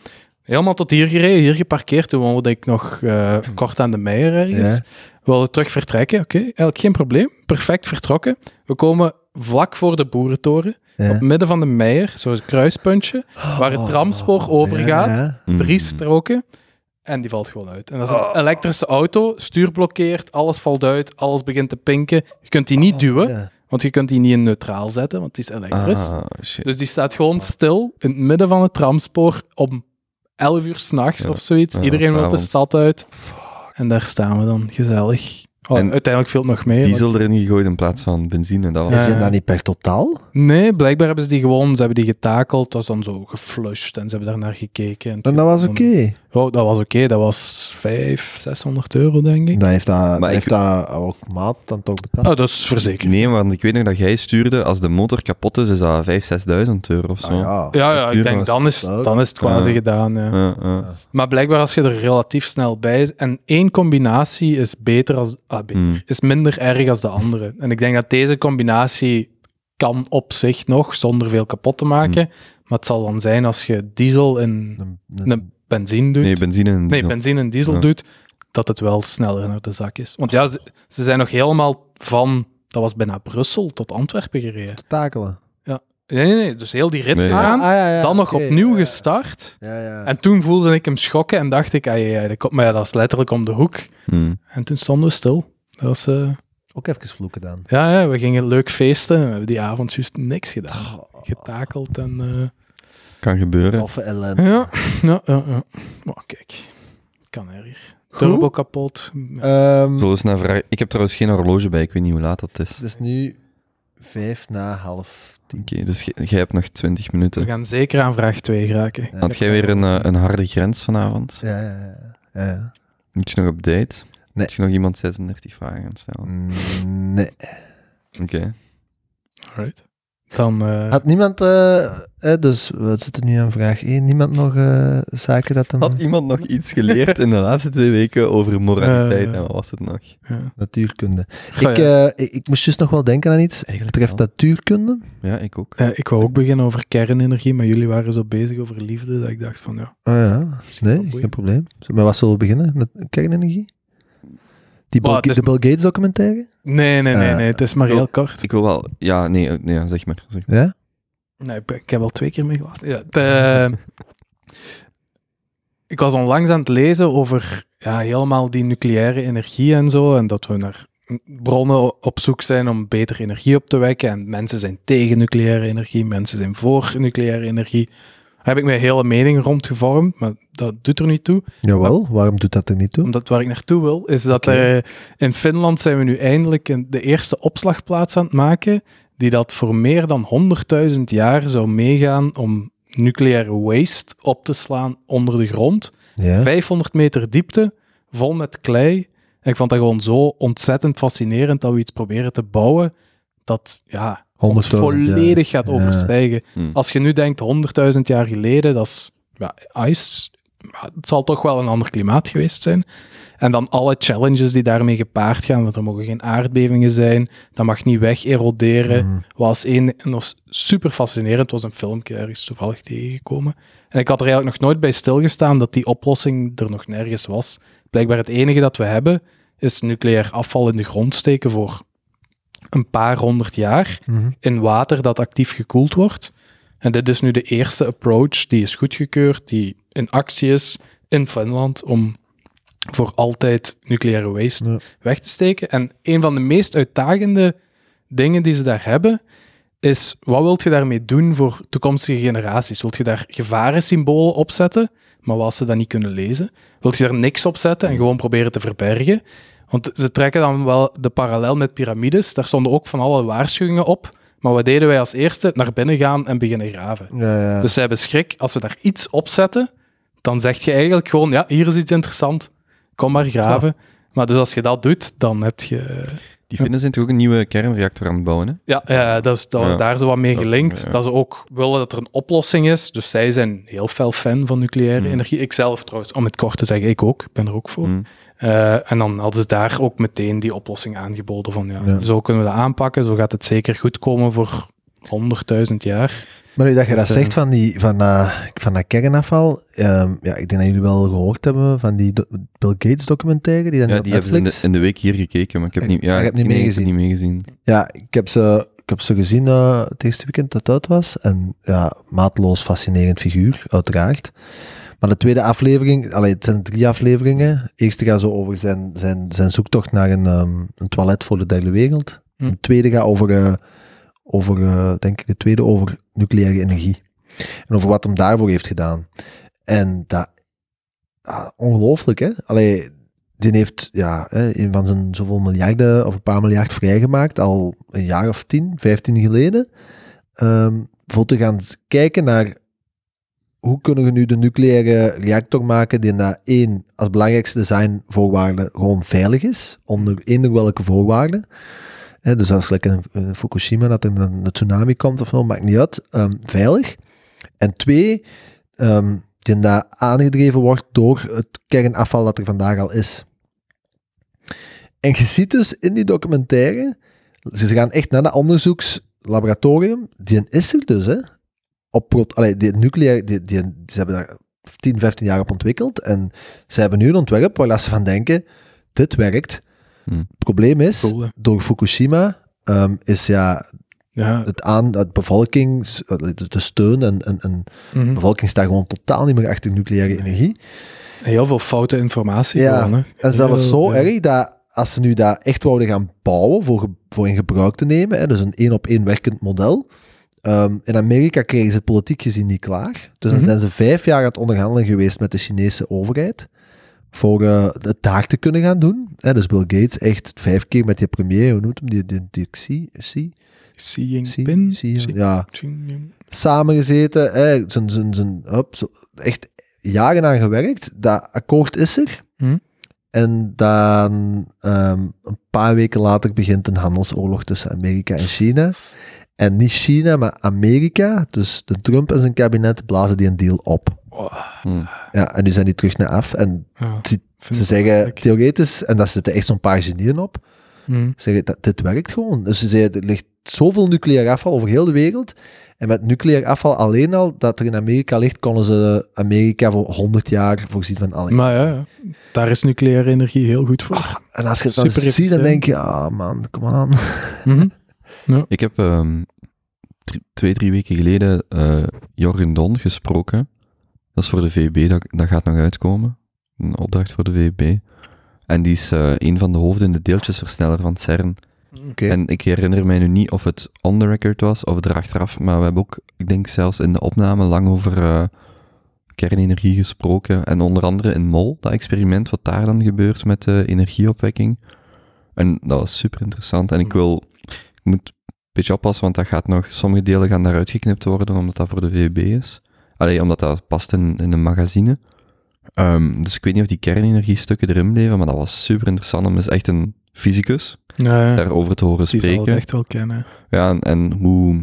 helemaal tot hier gereden, hier geparkeerd. Toen woonde ik nog uh, kort aan de Meijer ergens. Ja. We wilden terug vertrekken. Oké, okay, eigenlijk geen probleem. Perfect vertrokken. We komen vlak voor de Boerentoren. Ja. Op het midden van de Meijer, zo'n kruispuntje, waar het tramspoor oh, overgaat. Ja, ja. Drie stroken. En die valt gewoon uit. En dat is een oh. elektrische auto. Stuur blokkeert, alles valt uit, alles begint te pinken. Je kunt die niet oh, duwen. Ja. Want je kunt die niet in neutraal zetten, want die is elektrisch. Ah, dus die staat gewoon stil in het midden van het tramspoor om elf uur s'nachts ja. of zoiets. Ja, Iedereen wil de stad uit. En daar staan we dan, gezellig. Oh, en uiteindelijk viel het nog mee. Diesel want... erin gegooid in plaats van benzine. Dat was... Is het dat niet per totaal? Nee, blijkbaar hebben ze die gewoon, ze hebben die getakeld. Dat was dan zo geflushed en ze hebben daar naar gekeken. En, en dat was oké? Okay. Oh, dat was oké. Okay. Dat was vijfhonderd, zeshonderd euro, denk ik. Dan heeft dat, heeft ik... dat ook maat dan toch betaald? Oh, dat is verzekerd. Nee, want ik weet nog dat jij stuurde, als de motor kapot is, is dat vijfduizend, zesduizend euro of zo. Ah, ja, ja, ja ik denk, dan is, dan is het quasi ja. gedaan. Ja. Ja, ja. Maar blijkbaar als je er relatief snel bij is, en één combinatie is beter als... Ah, beter. Hmm. Is minder erg als de andere. En ik denk dat deze combinatie kan op zich nog, zonder veel kapot te maken. Hmm. Maar het zal dan zijn als je diesel in een, een, een benzine doet. Nee, benzine en diesel. Nee, benzine en diesel ja. doet, dat het wel sneller naar de zak is. Want ja, ze, ze zijn nog helemaal van, dat was bijna Brussel tot Antwerpen gereden. Takelen. Ja. Nee, nee, nee. Dus heel die rit nee, gegaan, ah, ah, ja, ja, dan nog okay, opnieuw ja, ja. gestart. Ja, ja. En toen voelde ik hem schokken en dacht ik, ah, ja, ja, maar ja, dat is letterlijk om de hoek. Hmm. En toen stonden we stil. Dat was... Uh... Ook even vloeken dan. Ja, ja, we gingen leuk feesten. We hebben die avond juist niks gedaan. Oh. Getakeld en... Uh... Kan gebeuren. Of ellende. Ja, ja, ja. ja. Maar kijk, het kan erger. Turbo Goed. kapot. Ja. Um, Zullen we eens naar vragen? Ik heb trouwens geen horloge bij, ik weet niet hoe laat dat is. Het is nu vijf na half tien. Oké, okay, dus j- jij hebt nog twintig minuten. We gaan zeker aan vraag twee geraken. Ja. Had jij weer een, uh, een harde grens vanavond? Ja, ja, ja. ja, ja. Moet je nog op date? Nee. Moet je nog iemand zesendertig vragen gaan stellen? Nee. Oké. Okay. Alright. Dan, uh... Had niemand, uh, eh, dus we zitten nu aan vraag één, niemand nog uh, zaken dat hem... Had iemand nog iets geleerd in de laatste twee weken over moraliteit uh, en wat was het nog? Ja. Natuurkunde. Oh, ik, ja. uh, ik, ik moest dus nog wel denken aan iets, het betreft natuurkunde. Ja, ik ook. Uh, ik wou ook beginnen over kernenergie, maar jullie waren zo bezig over liefde, dat ik dacht van ja... Oh ja, nee, geen probleem. Maar wat zullen we beginnen? Met kernenergie? Die Bill, is... de Bill Gates documentaire? Nee, nee, nee, nee. Het is maar heel kort. Ik wil wel... Ja, nee, nee zeg maar. Zeg maar. Ja? Nee, ik heb al twee keer meegelast. Ja, de... Ik was onlangs aan het lezen over ja, helemaal die nucleaire energie en zo, en dat we naar bronnen op zoek zijn om beter energie op te wekken, en mensen zijn tegen nucleaire energie, mensen zijn voor nucleaire energie. Daar heb ik mijn hele mening rond gevormd, maar dat doet er niet toe. Jawel, maar, waarom doet dat er niet toe? Omdat waar ik naartoe wil, is dat okay. er, in Finland zijn we nu eindelijk een, de eerste opslagplaats aan het maken, die dat voor meer dan honderdduizend jaar zou meegaan om nucleaire waste op te slaan onder de grond. Ja. vijfhonderd meter diepte, vol met klei. En ik vond dat gewoon zo ontzettend fascinerend dat we iets proberen te bouwen dat ja, ons volledig ja. gaat overstijgen. Ja. Hmm. Als je nu denkt honderdduizend jaar geleden, dat is ja, ijs. Het zal toch wel een ander klimaat geweest zijn. En dan alle challenges die daarmee gepaard gaan, want er mogen geen aardbevingen zijn, dat mag niet weg-eroderen. Mm. Was één, en was super fascinerend. Het was een filmpje ergens toevallig tegengekomen. En ik had er eigenlijk nog nooit bij stilgestaan dat die oplossing er nog nergens was. Blijkbaar het enige dat we hebben, is nucleair afval in de grond steken voor een paar honderd jaar mm-hmm. in water dat actief gekoeld wordt. En dit is nu de eerste approach die is goedgekeurd, die in actie is in Finland om voor altijd nucleaire waste ja. weg te steken. En een van de meest uitdagende dingen die ze daar hebben, is wat wil je daarmee doen voor toekomstige generaties? Wil je daar gevarensymbolen opzetten, maar wat als ze dat niet kunnen lezen? Wil je daar niks op zetten en gewoon proberen te verbergen? Want ze trekken dan wel de parallel met piramides. Daar stonden ook van alle waarschuwingen op. Maar wat deden wij als eerste? Naar binnen gaan en beginnen graven. Ja, ja. Dus zij hebben schrik. Als we daar iets op zetten, dan zeg je eigenlijk gewoon, ja, hier is iets interessant. Kom maar graven. Ja. Maar dus als je dat doet, dan heb je... Die Finnen zijn toch ook een nieuwe kernreactor aan het bouwen, hè? Ja, ja dat, is, dat was ja. daar zo wat mee gelinkt. Ja. Dat ze ook willen dat er een oplossing is. Dus zij zijn heel fel fan van nucleaire mm. energie. Ik zelf trouwens, om het kort te zeggen, ik ook. Ik ben er ook voor. Mm. Uh, en dan hadden ze daar ook meteen die oplossing aangeboden van, ja, ja. zo kunnen we dat aanpakken. Zo gaat het zeker goed komen voor honderdduizend jaar. Maar nu dat je Dus, dat eh, zegt van, die, van, uh, van dat kernafval, um, ja, ik denk dat jullie wel gehoord hebben van die do- Bill Gates documentaire, die dan Ja, op die hebben ze in de, Netflix... in de week hier gekeken, maar ik heb Ik- niet, ja, ik heb niet nee, meegezien. niet meegezien. Ja, ik heb ze, ik heb ze gezien uh, het eerste weekend dat het uit was. En ja, maatloos fascinerend figuur, uiteraard. Maar de tweede aflevering, allee, het zijn drie afleveringen. De eerste gaat zo over zijn, zijn, zijn zoektocht naar een, um, een toilet voor de derde wereld. Hm. De tweede gaat over, uh, over uh, denk ik, de tweede over nucleaire energie. En over wat hem daarvoor heeft gedaan. En dat, ah, ongelooflijk, hè? Allee, die heeft ja, een van zijn zoveel miljarden of een paar miljard vrijgemaakt, al een jaar of tien, vijftien geleden, um, voor te gaan kijken naar hoe kunnen we nu de nucleaire reactor maken die na één, als belangrijkste designvoorwaarde, gewoon veilig is, onder eender welke voorwaarden. He, dus als gelijk in, in Fukushima, dat er een, een tsunami komt of zo, maakt niet uit, um, veilig. En twee, um, die daar aangedreven wordt door het kernafval dat er vandaag al is. En je ziet dus in die documentaire, ze gaan echt naar dat onderzoekslaboratorium, die is er dus, hè. Op pro- allee, die nucleaire, die, die, ze hebben daar tien, vijftien jaar op ontwikkeld en ze hebben nu een ontwerp waar ze van denken, dit werkt. Hm. Het probleem is, Cool, hè? door Fukushima um, is ja Ja. het aan, het bevolking, de steun en, en, en Mhm. de bevolking staat gewoon totaal niet meer achter nucleaire energie. Heel veel foute informatie Ja, gewoon, hè. En zelfs Heel, zo ja. erg dat als ze nu dat echt wouden gaan bouwen voor, ge- voor in gebruik te nemen, hè, dus een één op één werkend model. Um, in Amerika kregen ze het politiek gezien niet klaar. Dus dan Mhm. zijn ze vijf jaar aan het onderhandelen geweest met de Chinese overheid voor uh, het daar te kunnen gaan doen. Hè, dus Bill Gates echt vijf keer met die premier, hoe noemt hem, die, die, die Xi, Xi, Xi Xi, Jinping. Xi, Xi- ja, Jinping. samengezeten, hè, zijn, zijn, zijn, hop, zo, echt jaren aan gewerkt. Dat akkoord is er. Hm? En dan um, een paar weken later begint een handelsoorlog tussen Amerika en China. En niet China, maar Amerika, dus de Trump en zijn kabinet, blazen die een deal op. Oh, Hm. Ja, en nu zijn die terug naar af. En ja. ze, Vind ze ik zeggen belangrijk. theoretisch, en daar zitten echt zo'n paar genieën op, Hm. zeggen dat dit werkt gewoon. Dus ze zeggen, er ligt zoveel nucleair afval over heel de wereld. En met nucleair afval alleen al, dat er in Amerika ligt, konden ze Amerika voor honderd jaar voorzien van alle. Maar ja, ja, daar is nucleaire energie heel goed voor. En als je het dan Super ziet, dan efficiënt. denk je, ah man, kom aan. Mhm. Ik heb um, drie, twee, drie weken geleden uh, Jorgen Don gesproken. Dat is voor de V B, dat, dat gaat nog uitkomen. Een opdracht voor de V B. En die is uh, een van de hoofden in de deeltjesversneller van CERN. Okay. En ik herinner mij nu niet of het on the record was of er achteraf, maar we hebben ook, ik denk zelfs in de opname, lang over uh, kernenergie gesproken. En onder andere in MOL, dat experiment wat daar dan gebeurt met de energieopwekking. En dat was super interessant. En ik wil, ik moet een beetje oppassen, want dat gaat nog, sommige delen gaan daaruit geknipt worden, omdat dat voor de V B is. Allee, omdat dat past in, in een magazine. Um, dus ik weet niet of die kernenergiestukken erin bleven, maar dat was super interessant om eens echt een fysicus Ja, ja. daarover te horen Die zal het spreken. echt wel kennen. Ja, en, en hoe,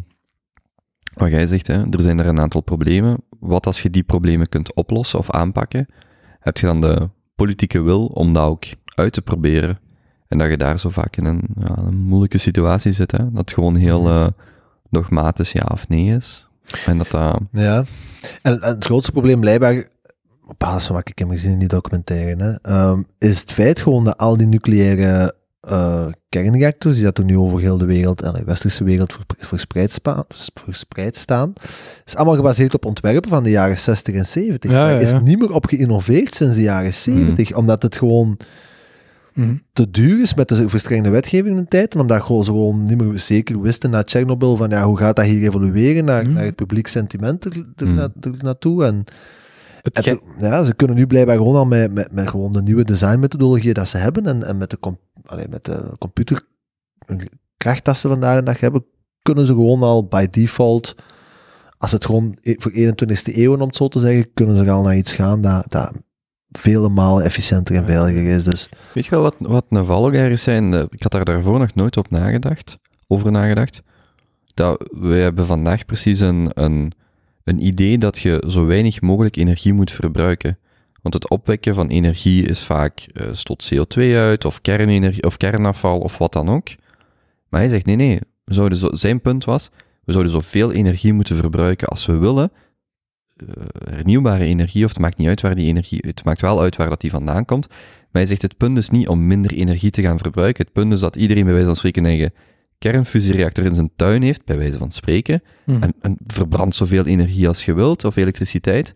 wat jij zegt, hè, er zijn er een aantal problemen. Wat als je die problemen kunt oplossen of aanpakken? Heb je dan de politieke wil om dat ook uit te proberen? En dat je daar zo vaak in een, ja, een moeilijke situatie zit, hè? Dat het gewoon heel uh, dogmatisch ja of nee is. En dat dat... Ja, en, en het grootste probleem blijkbaar, op basis van wat ik heb gezien in die documentaire, hè, um, is het feit gewoon dat al die nucleaire uh, kernreactors, die dat er nu over heel de wereld, en de westerse wereld ver- verspreid, spa- verspreid staan, is allemaal gebaseerd op ontwerpen van de jaren zestig en zeventig. Ja, ja, Er is ja. niet meer op geïnnoveerd sinds de jaren zeventig, omdat het gewoon Mhm. te duur is met de verstrengende wetgeving in de tijd, en omdat gewoon, ze gewoon niet meer zeker wisten na Tsjernobyl van ja, hoe gaat dat hier evolueren naar, Mhm. naar het publiek sentiment er, er, Mhm. na- er naartoe. En, Het en ge- te- ja, ze kunnen nu blijkbaar gewoon al met, met, met gewoon de nieuwe designmethodologieën dat ze hebben en, en met, de com- allee, met de computerkracht dat ze vandaag de dag hebben, kunnen ze gewoon al by default, als het gewoon e- voor eenentwintigste eeuw, om het zo te zeggen, kunnen ze al naar iets gaan dat, dat vele malen efficiënter en veiliger is. Dus Weet je wel wat, wat een valkuil is zijn? Eh, Ik had daar daarvoor nog nooit op nagedacht, over nagedacht. Dat wij hebben vandaag precies een, een, een idee dat je zo weinig mogelijk energie moet verbruiken. Want het opwekken van energie is vaak uh, stoot C O twee uit, of kernenergie, of kernafval, of wat dan ook. Maar hij zegt, nee, nee. We zouden zo, zijn punt was, we zouden zoveel energie moeten verbruiken als we willen. Uh, hernieuwbare energie, of het maakt niet uit waar die energie... Het maakt wel uit waar dat die vandaan komt. Maar je zegt, het punt is niet om minder energie te gaan verbruiken. Het punt is dat iedereen bij wijze van spreken een eigen kernfusiereactor in zijn tuin heeft, bij wijze van spreken. Mhm. En, en verbrandt zoveel energie als je wilt, of elektriciteit.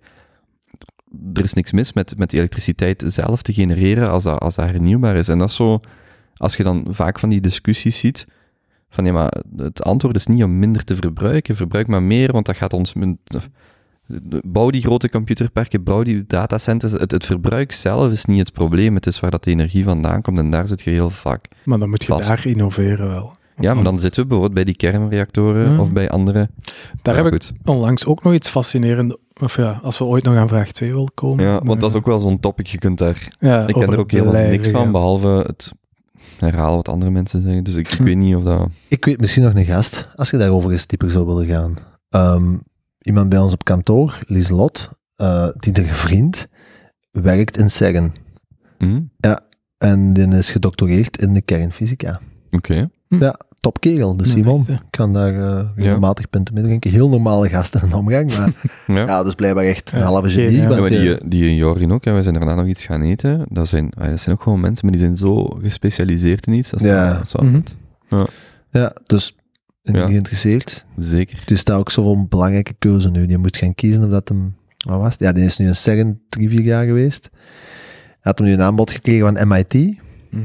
Er is niks mis met, met die elektriciteit zelf te genereren als dat, als dat hernieuwbaar is. En dat is zo, als je dan vaak van die discussies ziet, van ja, maar het antwoord is niet om minder te verbruiken, verbruik maar meer, want dat gaat ons... Bouw die grote computerparken, bouw die datacenters. Het, het verbruik zelf is niet het probleem, het is waar dat de energie vandaan komt en daar zit je heel vaak Maar dan moet je vast. daar innoveren wel. Ja, maar dan zitten we bijvoorbeeld bij die kernreactoren Ja. of bij andere... Daar Ja, heb ik goed. onlangs ook nog iets fascinerends... Of ja, als we ooit nog aan vraag twee willen komen. Ja, dan- want dat is ook wel zo'n topic, je kunt daar... Ja, Ik ken over er ook helemaal blijven niks van, gaan. behalve het herhalen wat andere mensen zeggen. Dus ik, ik Hm. weet niet of dat... Ik weet misschien nog een gast, als je daarover eens dieper zou willen gaan. Ehm, iemand bij ons op kantoor, Lieselot, uh, die een vriend, werkt in CERN. Hm? En die is gedoctoreerd in de kernfysica. Oké. Topkerel, de Ja, Simon. echt, hè. Ik kan daar uh, regelmatig punten mee drinken. Heel normale gasten in omgang, maar Ja. ja, dus blijkbaar echt een Ja, halve oké, genie. ja. Ja, want, maar eh, die, die Jorgen ook, hè. We zijn daarna nog iets gaan eten. Dat zijn, ah, dat zijn ook gewoon mensen, maar die zijn zo gespecialiseerd in iets. Dat is Ja. wel, dat is wel Mhm. vet. ja, dus ik ben Ja. geïnteresseerd. Zeker. Het is daar ook zo'n belangrijke keuze nu. Die moet gaan kiezen of dat hem... Wat was het? Ja, die is nu in CERN drie, vier jaar geweest. Hij had hem nu een aanbod gekregen van M I T. Mhm.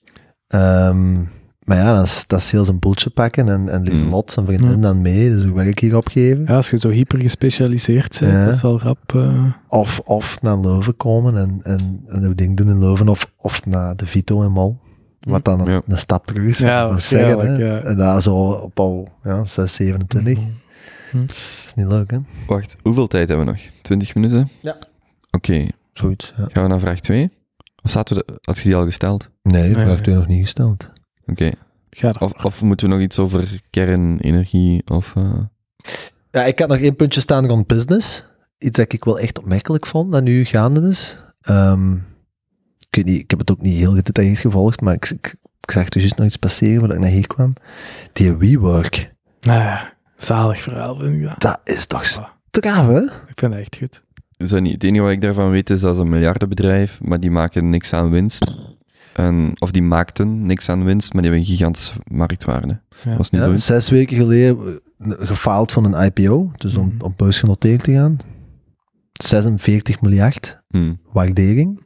Ehm, maar ja, dat is, dat is heel zijn boeltje pakken en, en Lieselot, zijn vriendin, Ja. dan mee. Dus ik werk hier opgeven. Ja, als je zo hyper gespecialiseerd bent, Ja. dat is wel rap... eh, Of, of naar Leuven komen en, en, en een ding doen in Leuven. Of, of naar de Vito in Mol. Wat dan een, Ja. een stap terug is. Ja, van CERN, waarschijnlijk, hè. ja. En daar zo op al ja, zes, zevenentwintig. Mhm. Dat is niet leuk, hè? Wacht, hoeveel tijd hebben we nog? twintig minuten? Ja. Oké, Zoiets, ja. gaan we naar vraag twee? Of zaten we de, had je die al gesteld? Nee, Nee, vraag nee. twee nog niet gesteld. Oké. Ga er Of, of moeten we nog iets over kernenergie of... eh, Ja, ik had nog één puntje staan rond business. Iets dat ik wel echt opmerkelijk vond, dat nu gaande is. Ehm, ik weet niet, ik heb het ook niet heel gedetailleerd gevolgd, maar ik, ik, ik zag er juist nog iets passeren voordat ik naar hier kwam. Die WeWork, Nou ja, zalig verhaal vind ik dat. dat is toch straf, hè? Ik vind dat echt goed. Is dat niet? Het enige wat ik daarvan weet is dat ze een miljardenbedrijf, maar die maken niks aan winst. En, of die maakten niks aan winst, maar die hebben een gigantische marktwaarde. Ja. Dat was niet Ja, zo. zes weken geleden eh, gefaald van een I P O, dus om Mhm. op beurs genoteerd te gaan. zesenveertig miljard Hm. waardering.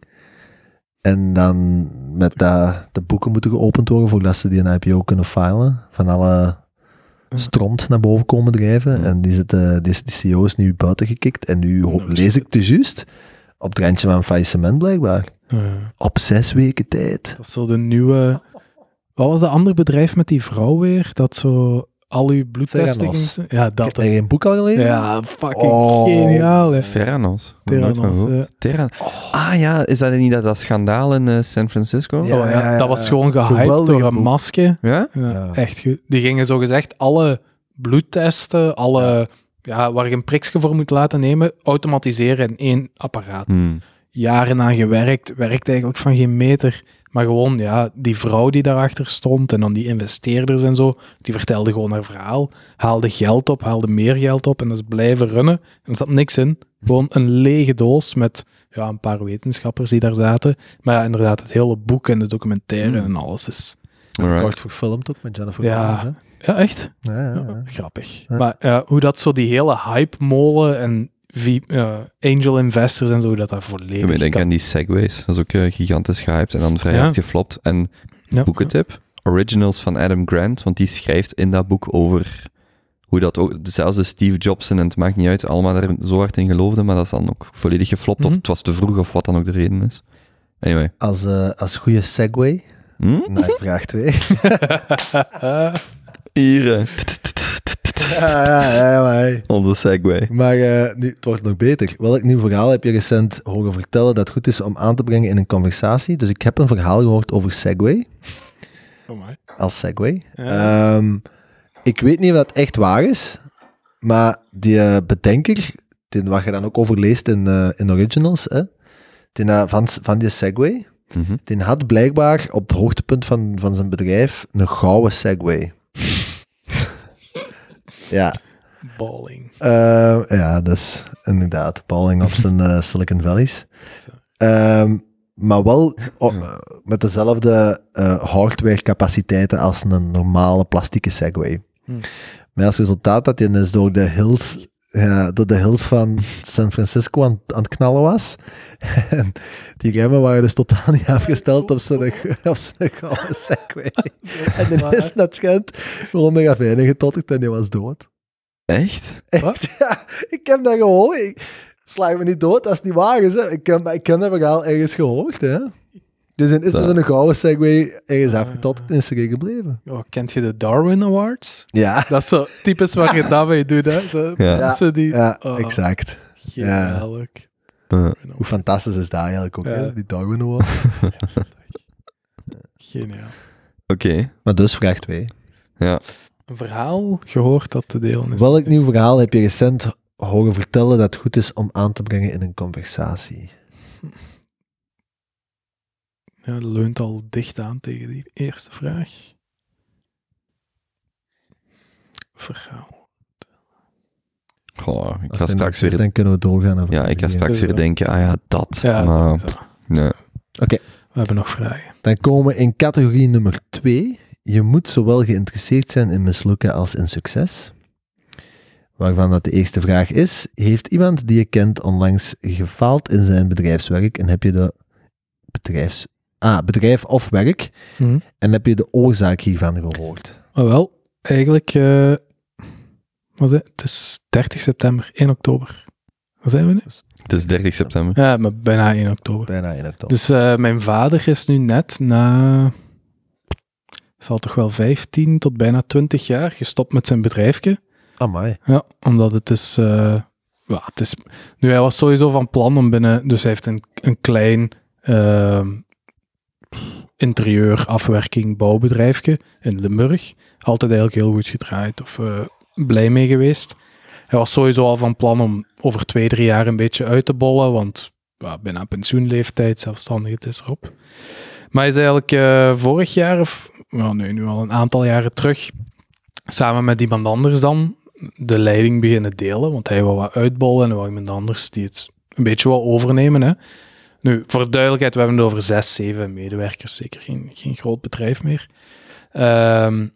En dan met dat de boeken moeten geopend worden voordat ze die een I P O kunnen filen. Van alle stront naar boven komen drijven. Ja. En die, zitten, die, die C E O is nu buiten gekikt. En nu ho- Nou, lees ik het juist op het randje van faillissement blijkbaar. Ja. Op zes weken tijd. Dat is zo de nieuwe... Wat was dat andere bedrijf met die vrouw weer? Dat zo al uw bloedtesten... Theranos. ging- Ja, Heb dat. je geen boek al gelezen? Ja, fucking Oh. geniaal. Hè. Theranos. Nog nooit van Theranos, gehoord. Terra- Ah ja, is dat niet dat, dat schandaal in eh, San Francisco? Ja. Oh, ja, dat was gewoon gehyped Geweldige door een boek. masker. Ja? Ja, Ja. Echt goed. Die gingen zogezegd alle bloedtesten, alle... Ja, waar je een prikje voor moet laten nemen, automatiseren in één apparaat. Hm. Jaren aan gewerkt, werkt eigenlijk van geen meter. Maar gewoon, ja, die vrouw die daarachter stond en dan die investeerders en zo, die vertelde gewoon haar verhaal, haalde geld op, haalde meer geld op en dat is blijven runnen. En er zat niks in. Gewoon een lege doos met ja, een paar wetenschappers die daar zaten. Maar ja, inderdaad, het hele boek en de documentaire Hmm. en alles is... Alright. Kort verfilmd ook met Jennifer Ja. Lawrence, hè? Ja, echt? Ja, ja, Ja, ja. grappig. Ja. Maar ja, hoe dat zo die hele hype-molen en V- eh, angel investors en zo, hoe dat daar Ja, volledig maar ik denk kan- aan die segways. Dat is ook eh, gigantisch gehyped en dan vrij Ja. hard geflopt. En Ja. boekentip, Originals van Adam Grant, want die schrijft in dat boek over hoe dat ook, zelfs de Steve Jobs en het maakt niet uit, allemaal er zo hard in geloofden, maar dat is dan ook volledig geflopt, Mhm. of het was te vroeg, of wat dan ook de reden is. Anyway. Als, eh, als goede segue Hm? naar vraag twee. Hier, eh, ja, ja, ja, maar hey. onze segway. Maar eh, nu, het wordt nog beter. Welk nieuw verhaal heb je recent horen vertellen dat goed is om aan te brengen in een conversatie? Dus ik heb een verhaal gehoord over Segway, Oh my. als Segway. Ja. Ehm, ik weet niet of dat echt waar is, maar die eh, bedenker, die, wat je dan ook over leest in, eh, in Originals, hè, die, eh, van, van die Segway, Mhm. die had blijkbaar op het hoogtepunt van, van zijn bedrijf een gouden Segway. Ja. Balling. Uh, ja, dus inderdaad. Balling op zijn uh, Silicon Valleys. Um, maar wel oh, met dezelfde uh, hardware-capaciteiten als een normale plastieke Segway. Hmm. Maar als resultaat dat hij is door de hills, ja, door de hills van San Francisco aan, aan het knallen was. En die remmen waren dus totaal niet afgesteld op zijn, op zijn gouden Segway. En de is net schijnt rond de ravijnen getotterd en die was dood. Echt? Echt, ja. Ik heb dat gehoord. Ik sla me niet dood als die wagens. Hè. Ik heb, ik heb dat verhaal ergens gehoord. Hè. Dus in, is met een gouden Segway ergens uh, afgetotterd en is er gebleven. Oh, kent je de Darwin Awards? Ja. Dat is zo typisch wat je daarmee doet. Hè. Zo, ja, die, ja oh, exact. Genialijk. Ja. Hoe fantastisch is dat eigenlijk ook, ja. Hè? Die Darwin Awards. Geniaal. Oké. Okay. Maar dus vraag twee. Ja. Een verhaal gehoord dat te delen is. Welk nieuw verhaal heb je recent horen vertellen dat goed is om aan te brengen in een conversatie? Ja, dat leunt al dicht aan tegen die eerste vraag. Verhaal. Goh, ik ga straks weer... Dan kunnen we doorgaan. Over ja, ik ga straks weer denken, ah ja, dat. Ja, maar... nee. Oké. Okay. We hebben nog vragen. Dan komen we in categorie nummer twee. Je moet zowel geïnteresseerd zijn in mislukken als in succes. Waarvan dat de eerste vraag is, heeft iemand die je kent onlangs gefaald in zijn bedrijfswerk en heb je de bedrijfs... Ah, bedrijf of werk. Mm-hmm. En heb je de oorzaak hiervan gehoord? Oh, wel, eigenlijk... Uh, wat is het? Het is dertig september, één oktober. Wat zijn we nu? Het is dertig september. Ja, maar bijna één oktober. Bijna één oktober. Dus uh, mijn vader is nu net na... zal toch wel vijftien tot bijna twintig jaar gestopt met zijn bedrijfje. Amai. Ja, omdat het is... Uh, ja, het is... Nu, hij was sowieso van plan om binnen... Dus hij heeft een, een klein... Uh, interieur, afwerking, bouwbedrijfje in Limburg. Altijd eigenlijk heel goed gedraaid of uh, blij mee geweest. Hij was sowieso al van plan om over twee, drie jaar een beetje uit te bollen, want ja, bijna pensioenleeftijd, zelfstandig, het is erop. Maar hij is eigenlijk uh, vorig jaar, of nou, nee, nu al een aantal jaren terug, samen met iemand anders dan de leiding beginnen delen, want hij wou wat uitbollen en er wou iemand anders die het een beetje wou overnemen, hè. Nu, voor de duidelijkheid, we hebben het over zes, zeven medewerkers, zeker geen, geen groot bedrijf meer. Um,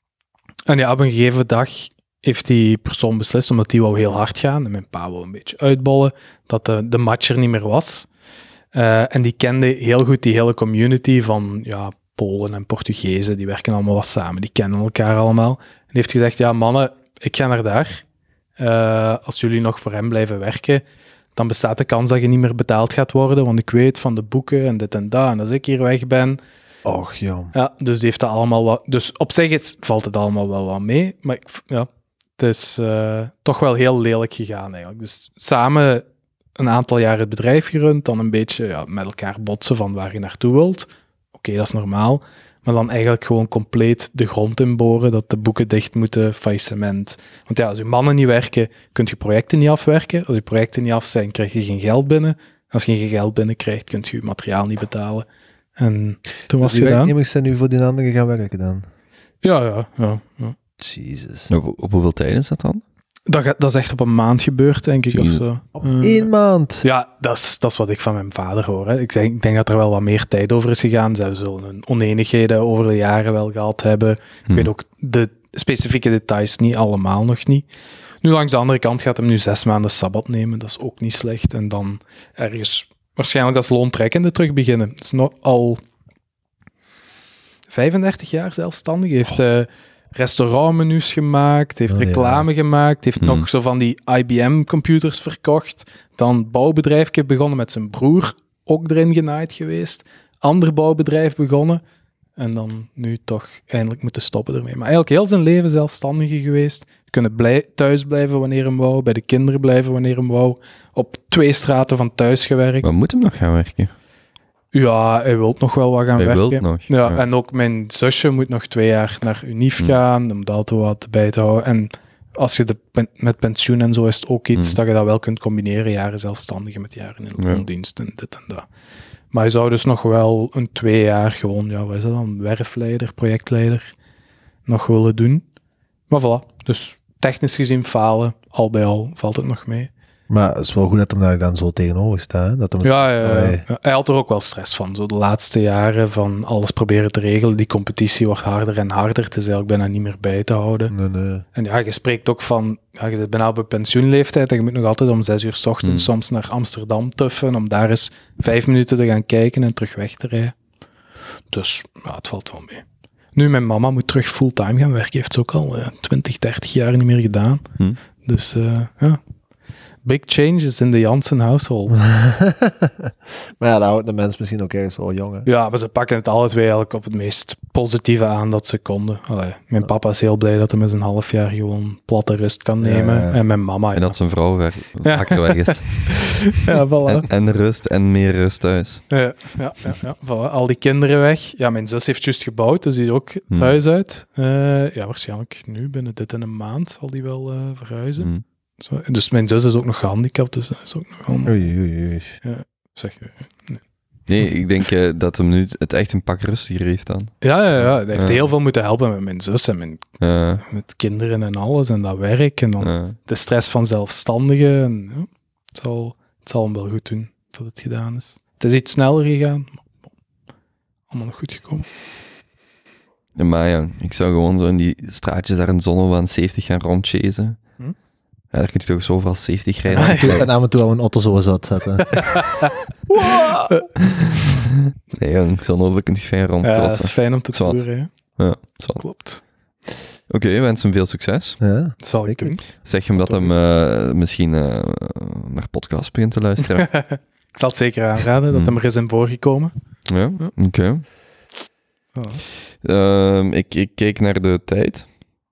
en ja, op een gegeven dag heeft die persoon beslist, omdat die wou heel hard gaan, en mijn pa wou een beetje uitbollen, dat de, de match er niet meer was. Uh, en die kende heel goed die hele community van ja, Polen en Portugezen, die werken allemaal wat samen, die kennen elkaar allemaal. En die heeft gezegd, ja mannen, ik ga naar daar. Uh, als jullie nog voor hem blijven werken, dan bestaat de kans dat je niet meer betaald gaat worden, want ik weet van de boeken en dit en dat, en als ik hier weg ben... Och, jong. Ja, dus die heeft dat allemaal wat... Dus op zich is, valt het allemaal wel wat mee, maar ik, ja, het is uh, toch wel heel lelijk gegaan eigenlijk. Dus samen een aantal jaar het bedrijf gerund, dan een beetje ja, met elkaar botsen van waar je naartoe wilt. Oké, okay, dat is normaal. Maar dan eigenlijk gewoon compleet de grond inboren, dat de boeken dicht moeten, faillissement. Want ja, als je mannen niet werken, kun je projecten niet afwerken. Als je projecten niet af zijn, krijg je geen geld binnen. Als je geen geld binnenkrijgt, kun je je materiaal niet betalen. En toen was dus het gedaan. Die werknemers zijn nu voor die anderen gaan werken dan? Ja, ja, ja. ja. Jezus. Op, op hoeveel tijd is dat dan? Dat, dat is echt op een maand gebeurd, denk ik, Jezus. of zo. Op uh, één maand? Ja, dat is, dat is wat ik van mijn vader hoor. Hè. Ik, zeg, ik denk dat er wel wat meer tijd over is gegaan. Zij zullen een oneenigheden over de jaren wel gehad hebben. Ik hmm. weet ook de specifieke details niet, allemaal nog niet. Nu, langs de andere kant gaat hem nu zes maanden sabbat nemen. Dat is ook niet slecht. En dan ergens waarschijnlijk als loontrekkende terug beginnen. Het is nog al vijfendertig jaar zelfstandig. Heeft uh, restaurantmenu's gemaakt, heeft oh, reclame ja. gemaakt, heeft hmm. nog zo van die I B M-computers verkocht. Dan bouwbedrijfje begonnen met zijn broer, ook erin genaaid geweest. Ander bouwbedrijf begonnen. En dan nu toch eindelijk moeten stoppen ermee. Maar eigenlijk heel zijn leven zelfstandige geweest. Kunnen blij, thuis blijven wanneer hem wou, bij de kinderen blijven wanneer hem wou. Op twee straten van thuis gewerkt. Maar moet hem nog gaan werken? Ja, hij wil nog wel wat gaan hij werken. Wilt nog. Ja, ja, en ook mijn zusje moet nog twee jaar naar Unif hmm. gaan, om dat wat bij te houden. En als je de, met pensioen en zo is het ook iets hmm. dat je dat wel kunt combineren, jaren zelfstandige met jaren in de loondienst en dit en dat. Maar hij zou dus nog wel een twee jaar gewoon, ja, wat is dat dan, werfleider, projectleider, nog willen doen. Maar voilà, dus technisch gezien falen, al bij al valt het nog mee. Maar het is wel goed dat hem daar dan zo tegenover staat. Hè? Dat hem, Ja, ja, ja. allee, Ja, hij had er ook wel stress van. Zo de laatste jaren van alles proberen te regelen. Die competitie wordt harder en harder. Het is eigenlijk bijna niet meer bij te houden. nee, nee. En ja, je spreekt ook van... Ja, je zit bijna op een pensioenleeftijd en je moet nog altijd om zes uur 's ochtends Hmm. soms naar Amsterdam tuffen om daar eens vijf minuten te gaan kijken en terug weg te rijden. Dus ja, het valt wel mee. Nu, mijn mama moet terug fulltime gaan werken. Heeft ze ook al uh, twintig, dertig jaar niet meer gedaan. Hm. Dus uh, ja... Big changes in the Janssen household. Maar ja, daar houdt de mens misschien ook ergens wel jong. Hè? Ja, maar ze pakken het alle twee eigenlijk op het meest positieve aan dat ze konden. Allee, mijn papa is heel blij dat hij met zijn half jaar gewoon platte rust kan nemen. Ja, ja. En mijn mama... En dat zijn vrouw weg, Ja. vaker weg is. Ja, voilà. En, en rust en meer rust thuis. Ja, ja, ja, ja, voilà. Al die kinderen weg. Ja, mijn zus heeft juist gebouwd, dus die is ook het Hmm. huis uit. Uh, ja, waarschijnlijk nu, binnen dit en een maand, zal die wel uh, verhuizen. Hm. Zo, dus mijn zus is ook nog gehandicapt, dus dat is ook nog allemaal... Oei, oei, oei. Zeg je... Nee, ik denk uh, dat hem nu het echt een pak rustiger heeft dan. Ja, ja, ja. Hij heeft Ja. heel veel moeten helpen met mijn zus en mijn, Uh, met kinderen en alles en dat werk en dan uh, de stress van zelfstandigen. En, ja, het, zal, het zal hem wel goed doen dat het gedaan is. Het is iets sneller gegaan, maar allemaal nog goed gekomen. maar ja, ik zou gewoon zo in die straatjes daar in Zonne van zeventig gaan rondchasen. Hm? Ja, daar kun je toch zo overal zeventig rijden. Ah, ja. En af en toe al een auto zo eens uitzetten. Nee, jong, Zonne kun je fijn Ja, rondcrossen. het is fijn om te Zwat. toeren. hè. Ja, zwart. Klopt. Oké, wens hem veel succes. Ja. Dat zal ik Zeker. doen. Zeg hem dat hem uh, misschien uh, naar podcast begint te luisteren. Ik zal het zeker aanraden dat Hm. hem er is in voorgekomen. Ja, oké. Okay. Oh. Uh, ik, ik keek naar de tijd.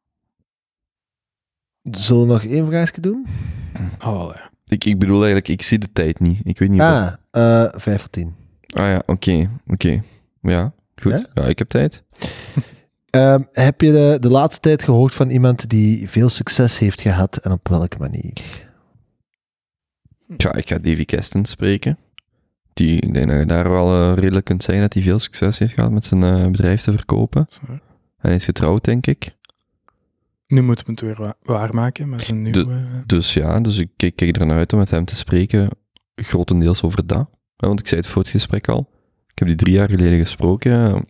Zullen we nog één vraagje doen? Oh, ja. Ik, ik bedoel eigenlijk, ik zie de tijd niet. Ik weet niet wat... Ah, uh, vijf voor tien. Ah ja, oké, okay, oké. Okay. Ja, goed. Ja? Ja, ik heb tijd. Um, heb je de, de laatste tijd gehoord van iemand die veel succes heeft gehad en op welke manier? Tja, ik ga Davy Kesten spreken. Die, ik denk dat je daar wel uh, redelijk kunt zeggen dat hij veel succes heeft gehad met zijn uh, bedrijf te verkopen. Sorry. Hij is getrouwd, denk ik. Nu moeten we het weer wa- waarmaken met een nieuwe... De- Dus ja, dus ik kijk, kijk er naar uit om met hem te spreken, grotendeels over dat. Ja, want ik zei het voor het gesprek al. Ik heb die drie jaar geleden gesproken.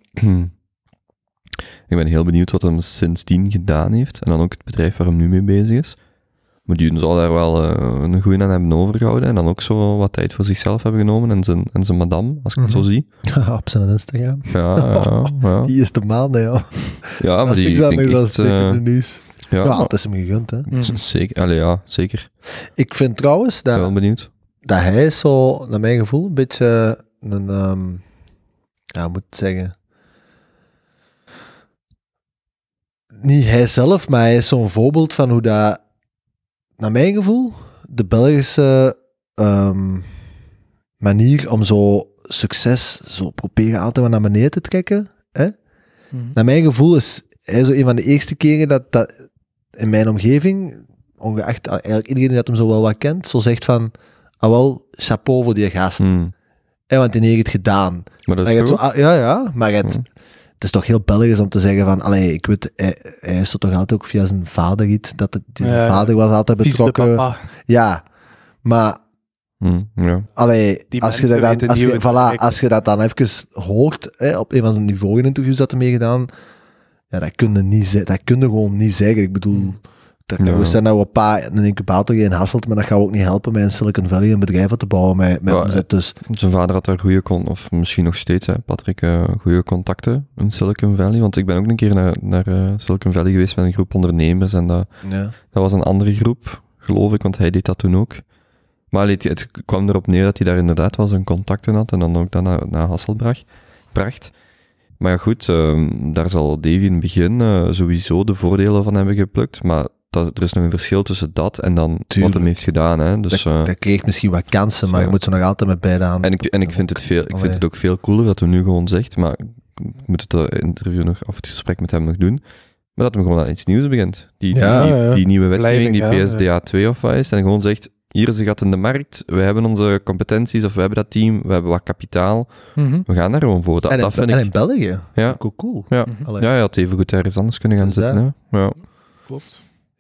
Ik ben heel benieuwd wat hij sindsdien gedaan heeft. En dan ook het bedrijf waar hij nu mee bezig is. Maar die zal daar wel uh, een goeie aan hebben overgehouden. En dan ook zo wat tijd voor zichzelf hebben genomen. En zijn, en zijn madame, als ik het Mhm. zo zie. Op zijn Instagram. Ja, ja, ja. Die is de man, hè, joh. Ja, maar die... ik zag denk nu wel echt, stuk in uh, de nieuws. ja, Ja, maar- het is hem gegund, hè. Mhm. zeker. Allee, ja, zeker. Ik vind trouwens Ik ben dat, wel benieuwd. dat hij zo, naar mijn gevoel, een beetje een... Um, ja, hoe moet ik het zeggen... Niet hij zelf, maar hij is zo'n voorbeeld van hoe dat, naar mijn gevoel, de Belgische um, manier om zo succes zo proberen altijd maar naar beneden te trekken. Hè? Mhm. Naar mijn gevoel is hij zo een van de eerste keren dat, dat in mijn omgeving, ongeacht eigenlijk iedereen die dat hem zo wel wat kent, zo zegt van, ah wel, chapeau voor die gast. Hmm. Hè, want die heeft het gedaan. Maar dat Maar is je hebt goed. zo, ah, ja, ja, maar het, Hmm. het is toch heel Belgisch om te zeggen van, allee, ik weet, hij, hij is er toch altijd ook via zijn vader iets, dat het, die zijn Ja, vader was altijd Vies de betrokken. papa. Ja, maar Hmm, ja. allee, Die als je, mensen dat dan, weten als, niet je, hoe het voilà, werkt. als je dat dan even hoort, hè, op een van zijn vorige interviews dat hij meegedaan, ja, dat kun je niet ze- dat kun je gewoon niet zeggen. Ik bedoel, dat kan Ja. goed zijn dat we een paar een incubator in Hasselt, maar dat gaat ook niet helpen met in Silicon Valley een bedrijf te bouwen met, met Ja, omzet. Dus Zijn vader had daar goede, con- of misschien nog steeds, hè, Patrick, uh, goede contacten in Silicon Valley. Want ik ben ook een keer naar, naar uh, Silicon Valley geweest met een groep ondernemers. En dat, ja. dat was een andere groep, geloof ik, want hij deed dat toen ook. Maar het, het kwam erop neer dat hij daar inderdaad wel zijn contacten had. En dan ook dat naar, naar Hasselt bracht. bracht. Maar ja, goed, uh, daar zal Davy in het begin uh, sowieso de voordelen van hebben geplukt. Maar dat, er is nog een verschil tussen dat en dan Tuurlijk. wat hem heeft gedaan. Hè. Dus, dat, uh, dat kreeg misschien wat kansen, maar ja. je moet ze nog altijd met beide aan. En ik, en ik, vind het veel, ik Allee. vind het ook veel cooler dat hij nu gewoon zegt, maar ik moet het uh, interview nog, of het gesprek met hem nog doen, maar dat hij gewoon aan iets nieuws begint. Die, Ja, die, ja, ja. die nieuwe wetgeving, die Blijving, P ja, S D A twee of wat is, en gewoon zegt, hier is een gat in de markt, we hebben onze competenties, of we hebben dat team, we hebben wat kapitaal, Mhm. we gaan daar gewoon voor. Dat, en, in, dat vind en ik... in België. Ja, Ook cool. ja. Mhm. Allee. ja, je had even goed ergens anders kunnen gaan Dus zitten. Hè? Ja. Klopt.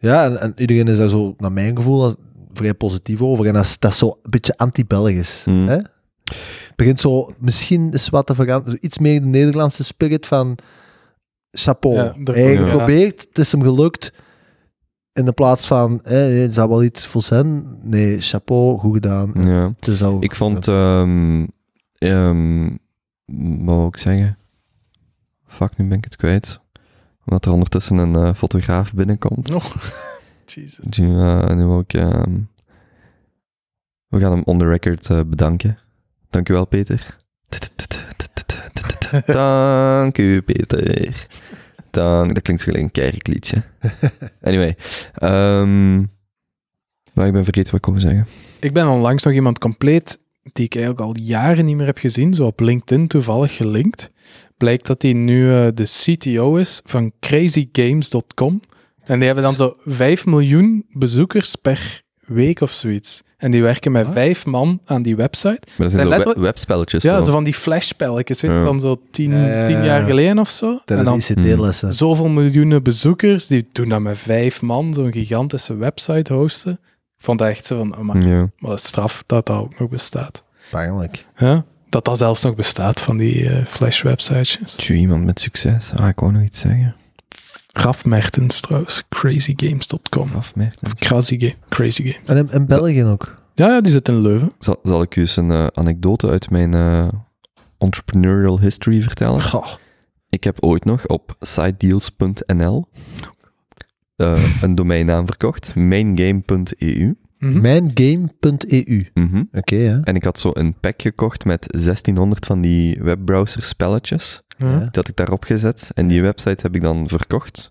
Ja, en, en iedereen is daar zo, naar mijn gevoel, vrij positief over. En dat is, dat is zo een beetje anti-Belgisch. Mm. Hè? Het begint zo, misschien is wat te vergaan, iets meer de Nederlandse spirit van chapeau. Ja, daar Hij kom je geprobeerd, het is hem gelukt. In de plaats van, eh, het zou wel iets voor zijn. Nee, chapeau, goed gedaan. Ja. Het is al, Ik vond, um, um, wat wil ik zeggen? Fuck, nu ben ik het kwijt. Omdat er ondertussen een uh, fotograaf binnenkomt. Nog. Jesus. Nu, uh, nu wil ik, um, we gaan hem on the record uh, bedanken. Dank u wel, Peter. Dank u, Peter. Dank, dat klinkt gelijk een kerkliedje. Anyway. Um, maar ik ben vergeten wat ik wou zeggen. Ik ben onlangs nog iemand compleet die ik eigenlijk al jaren niet meer heb gezien, zo op LinkedIn toevallig gelinkt. Blijkt dat hij nu uh, de C T O is van crazy games dot com. En die hebben dan zo vijf miljoen bezoekers per week of zoiets. En die werken met Wat? vijf man aan die website. Maar dat zijn Zijn zo letterlijk- web- webspelletjes. Ja, wel. zo van die flashspelletjes, weet je, Ja. van zo tien, Ja, ja, ja. tien jaar geleden of zo. En tijdens dan I C T-lessen. zoveel miljoenen bezoekers, die doen dat met vijf man, zo'n gigantische website hosten. Ik vond dat echt zo van, oh, maar Ja. wat is straf dat dat ook nog bestaat. Pijnlijk. Ja? Dat dat zelfs nog bestaat van die uh, flash-websites. Tjoe, iemand met succes. Ah, ik wou nog iets zeggen. Raf Mertens trouwens, crazy games dot com. Af, Mertens. Crazy, ga- crazy game. En in, in België ook. Ja, ja, die zit in Leuven. Zal, zal ik u eens een uh, anekdote uit mijn uh, entrepreneurial history vertellen? Goh. Ik heb ooit nog op sitedeals punt n l uh, een domeinnaam verkocht, mijngame punt e u. Mhm. Mijngame punt e u. Mhm. Oké, ja. En ik had zo een pack gekocht met zestienhonderd van die webbrowser spelletjes. Ja. Ja. Die had ik daarop gezet en die website heb ik dan verkocht.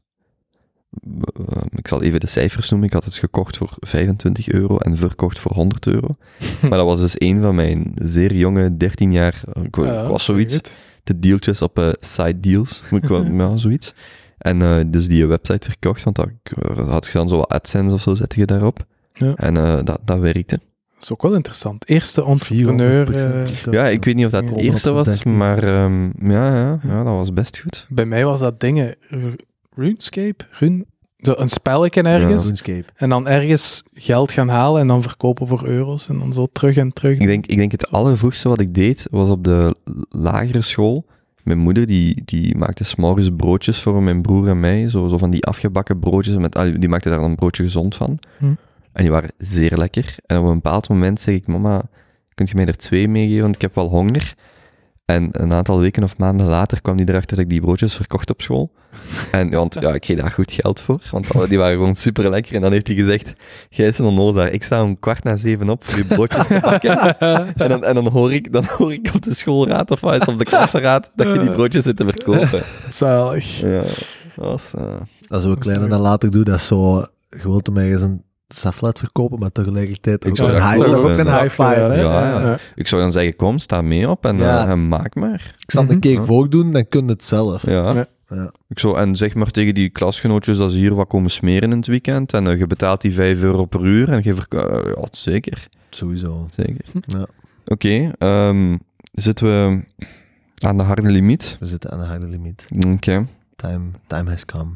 Uh, ik zal even de cijfers noemen. Ik had het gekocht voor vijfentwintig euro en verkocht voor honderd euro. Maar dat was dus een van mijn zeer jonge, dertien jaar, ik, wa- Ja, ik was zoiets, goed. de dealtjes op uh, site deals. Ik wa- ja, zoiets. En uh, dus die website verkocht, want dat, uh, had je dan zo wat AdSense of zo, zette je daarop. Ja. En uh, dat, dat werkte. Dat is ook wel interessant. Eerste entrepreneur. eh, Ja, ik weet niet of dat het honderd eerste was, maar um, ja, ja, ja, dat was best goed. bij mij was dat dingen. Ru- RuneScape? Rune, zo een spelletje ergens. RuneScape. En dan ergens geld gaan halen en dan verkopen voor euro's. En dan zo terug en terug. Ik denk, ik denk het allervroegste wat ik deed, was op de lagere school. Mijn moeder, die, die maakte 's morgens broodjes voor mijn broer en mij. Zo, zo van die afgebakken broodjes. Met, ah, die maakte daar dan een broodje gezond van. Hm. En die waren zeer lekker. En op een bepaald moment zeg ik, mama, kunt je mij er twee meegeven, want ik heb wel honger. En een aantal weken of maanden later kwam die erachter dat ik die broodjes verkocht op school. En, want ja, ik kreeg daar goed geld voor, want die waren gewoon super lekker. En dan heeft hij gezegd, jij is een onnozel, ik sta om kwart na zeven op voor je broodjes te bakken. En dan, en dan, hoor ik, dan hoor ik op de schoolraad of wat, op de klassenraad, dat je die broodjes zit te verkopen. Zalig. Ja, dat was... Uh... Als we een kleine dan later doen, dat is zo... Je wilt hem ergens een saflet verkopen, maar tegelijkertijd ook zou een dat high, kopen. ook een Ja, high five. Hè? ja, Ja. ja. Ik zou dan zeggen, kom, sta mee op en, Ja. uh, en maak maar. Ik zal Mhm. een cake Ja. voordoen, dan kun je het zelf. Ja. Ja. Ja. Ik zou, en zeg maar tegen die klasgenootjes dat ze hier wat komen smeren in het weekend en uh, je betaalt die vijf euro per uur en je verko- uh, ja, zeker. Sowieso. Zeker. Ja. Oké, okay, um, zitten we aan de harde limiet? We zitten aan de harde limiet. Oké. Okay. Time, time has come.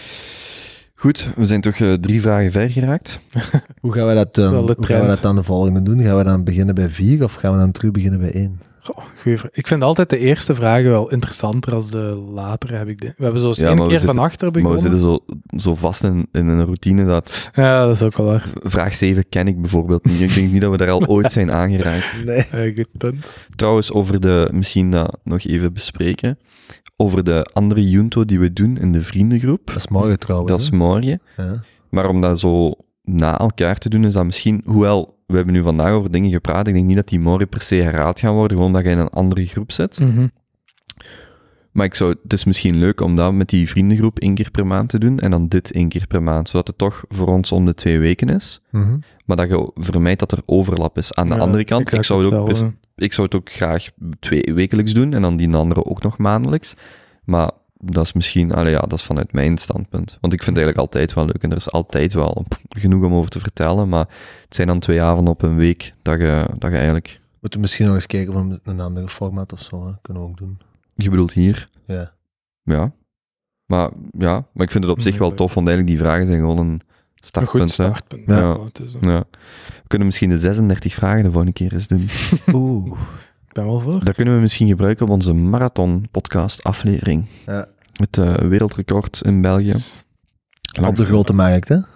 Goed, we zijn toch uh, drie vragen ver geraakt. Hoe gaan we dat, Dat is um, wel de hoe gaan we trend. dat aan de volgende doen? Gaan we dan beginnen bij vier of gaan we dan terug beginnen bij één? Goh, goeie vraag. Ik vind altijd de eerste vragen wel interessanter als de latere. Heb ik de... We hebben zo eens Ja, één maar we keer zitten- van achter Maar we begonnen. zitten zo, zo vast in, in een routine dat... Ja, dat is ook wel waar. Vraag zeven ken ik bijvoorbeeld niet. Ik denk niet dat we daar al ooit zijn aangeraakt. Nee. Uh, goed punt. Trouwens, over de... Misschien dat nog even bespreken. Over de andere Junto die we doen in de vriendengroep. Dat is morgen trouwens. Dat is hè? morgen. Ja. Maar om dat zo na elkaar te doen, is dat misschien... Hoewel, we hebben nu vandaag over dingen gepraat. Ik denk niet dat die morgen per se herhaald gaan worden. Gewoon dat je in een andere groep zit. Mhm. Maar ik zou, het is misschien leuk om dat met die vriendengroep één keer per maand te doen. En dan dit één keer per maand. Zodat het toch voor ons om de twee weken is. Mhm. Maar dat je vermijdt dat er overlap is. Aan de Ja, andere kant, ik exact zou, het ook, hetzelfde. ik zou het ook graag twee wekelijks doen. En dan die andere ook nog maandelijks. Maar dat is misschien... Allee, ja, dat is vanuit mijn standpunt. Want ik vind het eigenlijk altijd wel leuk. En er is altijd wel pff, genoeg om over te vertellen. Maar het zijn dan twee avonden op een week dat je, dat je eigenlijk... Moeten we misschien nog eens kijken voor een andere format of zo. Hè? Kunnen we ook doen. Je bedoelt hier... Ja. Ja. Maar ja, maar ik vind het op zich wel Nee, tof, want eigenlijk die vragen zijn gewoon een, Een goed startpunt. hè. startpunt. Ja. Ja. het is, eh, Ja. We kunnen misschien de zesendertig vragen de volgende keer eens doen. Oeh. Ik ben wel voor. Dat kunnen we misschien gebruiken op onze marathon-podcast-aflevering. Ja. Het uh, wereldrecord in België. Op Langs de grote markt, hè?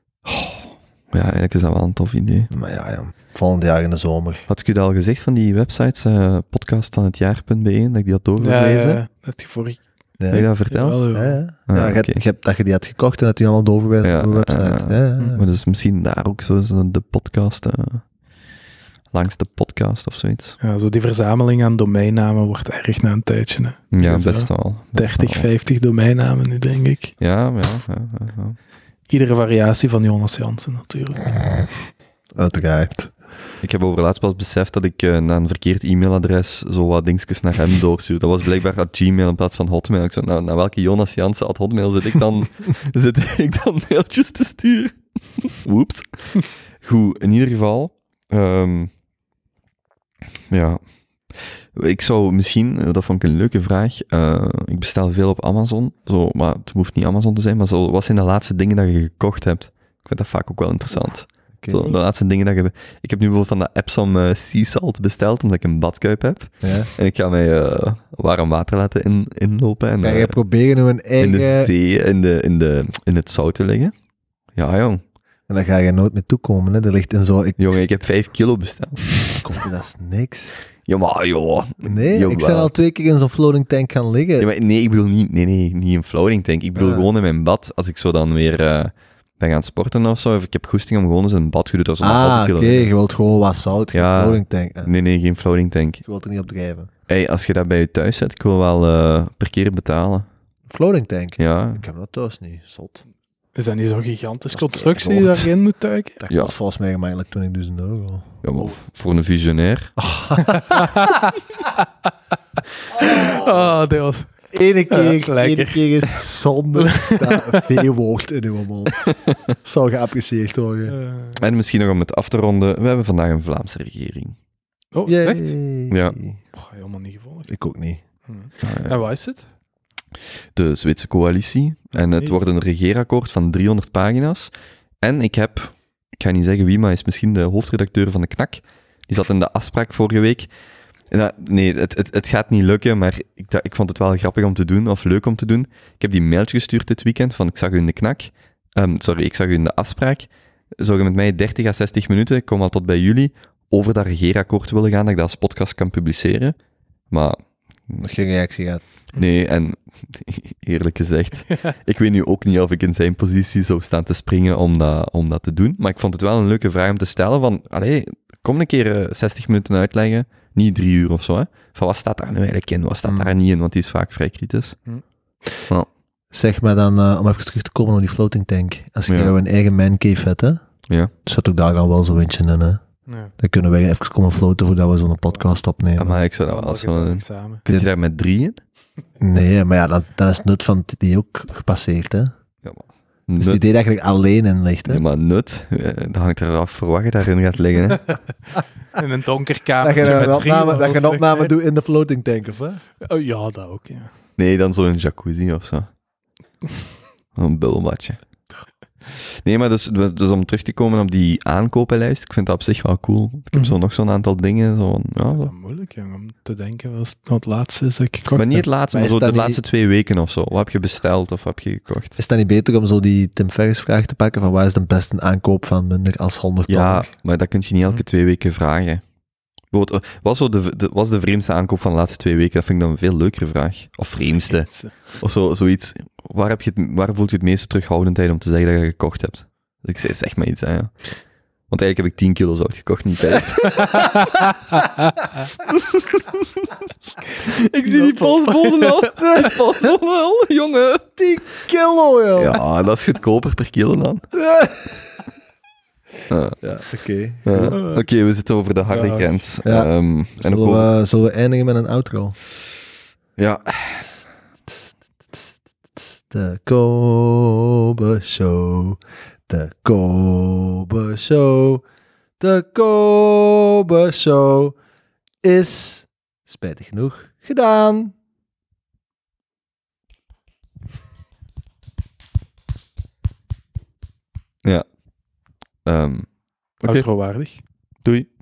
Ja, eigenlijk is dat wel een tof idee. Maar ja, ja. Volgend jaar in de zomer. Had ik u dat al gezegd van die websites, uh, podcast van het jaar punt be, dat ik die had Ja, doorgelezen? ja, dat je vorige Ja. Heb je dat verteld? Jawel, Ja, jawel. ja. Ah, ja, je, hebt, oké. je hebt dat je die had gekocht en dat die allemaal doorverwezen Ja, op de website. eh, ja, ja, ja. Maar dus misschien daar ook zo zo de podcast, uh, langs de podcast of zoiets. Ja, zo die verzameling aan domeinnamen wordt erg na een tijdje. Hè. Ja, Dus, best uh, wel. Best dertig, wel. vijftig domeinnamen nu, denk ik. Ja, ja, ja, ja, ja. Iedere variatie van Jonas Jansen, natuurlijk. Uiteraard. Ik heb overlaatst pas beseft dat ik uh, naar een verkeerd e-mailadres zo wat dingetjes naar hem doorstuur. Dat was blijkbaar at Gmail in plaats van Hotmail. Ik zo, nou, naar welke Jonas Jansen at Hotmail zit ik dan, zit ik dan mailtjes te sturen? Oeps. Goed, in ieder geval... Um, ja... Ik zou misschien, dat vond ik een leuke vraag, uh, ik bestel veel op Amazon, zo, maar het hoeft niet Amazon te zijn, maar zo, wat zijn de laatste dingen dat je gekocht hebt? Ik vind dat vaak ook wel interessant. Okay. Zo, de laatste dingen dat je... Ik heb nu bijvoorbeeld van de Epsom uh, Sea Salt besteld, omdat ik een badkuip heb. Ja. En ik ga mij uh, warm water laten in, inlopen. En, Ga je uh, proberen om een eigen... in de zee, in, de, in, de, in het zout te liggen. Ja, jong. En dan ga je nooit meer toekomen, hè. Er ligt in zo... Ik... Jongen, ik heb vijf kilo besteld. Kom, dat is niks. Ja, maar joh. Nee, Jawel. ik ben al twee keer in zo'n floating tank gaan liggen. Ja, maar nee, ik bedoel niet, nee, nee, niet een floating tank. Ik bedoel Ah. gewoon in mijn bad, als ik zo dan weer uh, ben gaan sporten of zo, of ik heb goesting om gewoon eens in een bad, je doet dat zo ah, half oké, kilo. je wilt gewoon wat zout, geen Ja. floating tank. hè. Nee, nee, geen floating tank. Je wilt er niet op drijven. Hey, als je dat bij je thuis zet, ik wil wel uh, per keer betalen. Floating tank? Ja. Ik heb dat thuis niet, zot. Is dat niet zo'n gigantische Dat is constructie die groot. daarin moet duiken? Dat Ja. kost volgens mij gemakkelijk twintigduizend euro. Ja, maar voor een visionair. Oh, dat was... Ene keer, Ja, lekker. ene keer is het zonder dat veel woord in uw mond. Zou geapprecieerd worden. Uh, En misschien nog om het af te ronden, we hebben vandaag een Vlaamse regering. oh, Yay. echt? Ja. Oh, helemaal niet gevolgd. Ik ook niet. Hm. Ah, ja. En wat is het? De Zweedse coalitie. En het Nee. wordt een regeerakkoord van driehonderd pagina's. En ik heb, ik ga niet zeggen wie, maar is misschien de hoofdredacteur van de Knak. Die zat in de afspraak vorige week. En dat- nee, het, het, het gaat niet lukken, maar ik, dat- ik vond het wel grappig om te doen, of leuk om te doen. Ik heb die mailtje gestuurd dit weekend van ik zag u in de Knak. Ehm, sorry, ik zag u in de afspraak. Zou je met mij dertig à zestig minuten, ik kom al tot bij jullie, over dat regeerakkoord willen gaan, dat ik dat als podcast kan publiceren. Maar Nog geen reactie gehad. nee, en eerlijk gezegd, ik weet nu ook niet of ik in zijn positie zou staan te springen om dat, om dat te doen. Maar ik vond het wel een leuke vraag om te stellen van, allee, kom een keer uh, zestig minuten uitleggen, niet drie uur of zo, hè. Van wat staat daar nu eigenlijk in, wat staat Mm. daar niet in, want die is vaak vrij kritisch. Zeg maar dan, uh, om even terug te komen op die floating tank. Als je Ja. een eigen mancave hebt, hè, Ja. zet ook daar al wel zo eentje in, hè. Ja. Dan kunnen wij even komen floaten voordat we zo'n podcast opnemen. Maar ik zou dat wel Allemaal zo doen. gezellig samen. Kun je daar met drieën? Nee, maar ja, dan, dan is het nut van die ook gepasseerd, hè. Ja, maar Dus het nut, idee dat je er alleen in ligt, hè. ja, maar nut, eh, dat hangt eraf voor wat je daarin gaat liggen, hè. In een donker Dat kamertje je een met drie opname, dat je een opname mogelijkheden. doet in de floating tank, of hè? Oh ja, dat ook, ja. Nee, dan zo'n jacuzzi of zo. Een bubbelbadje. Nee, maar dus, dus om terug te komen op die aankopenlijst, ik vind dat op zich wel cool. Ik heb Mhm. zo nog zo'n aantal dingen, zo, van, ja, Dat zo. is moeilijk, jong, om te denken wat het laatste is dat ik gekocht Maar niet het heb. laatste, Maar maar is zo de dat niet- laatste twee weken of zo. Wat heb je besteld of wat heb je gekocht? Is dat niet beter om zo die Tim Ferriss vraag te pakken van waar is de beste aankoop van minder als honderd Ja, dollar? maar dat kun je niet elke Mhm. twee weken vragen. Bijvoorbeeld, eh, wat was, zo de, de, wat is de vreemdste aankoop van de laatste twee weken? Dat vind ik dan een veel leukere vraag. Of vreemdste. Of zo, zoiets. Waar, heb je het, waar voelt je het meeste terughoudendheid om te zeggen dat je gekocht hebt? Ik zeg, zeg maar iets, hè, ja. Want eigenlijk heb ik tien kilo zout gekocht, niet vijf. Ik zie die postbode al. Die postbode al, jongen. tien kilo, joh! Ja, dat is goedkoper per kilo dan. Ja, Ja, oké. ja. Oké, we zitten over de harde Zo. grens. Ja. Ehm, en Zullen, ook over- we, zullen we eindigen met een outro? Ja, De Kobe Show. De Kobe Show. De Kobe Show is, spijtig genoeg, gedaan. Ja. Um, Oké, Outro waardig. doei.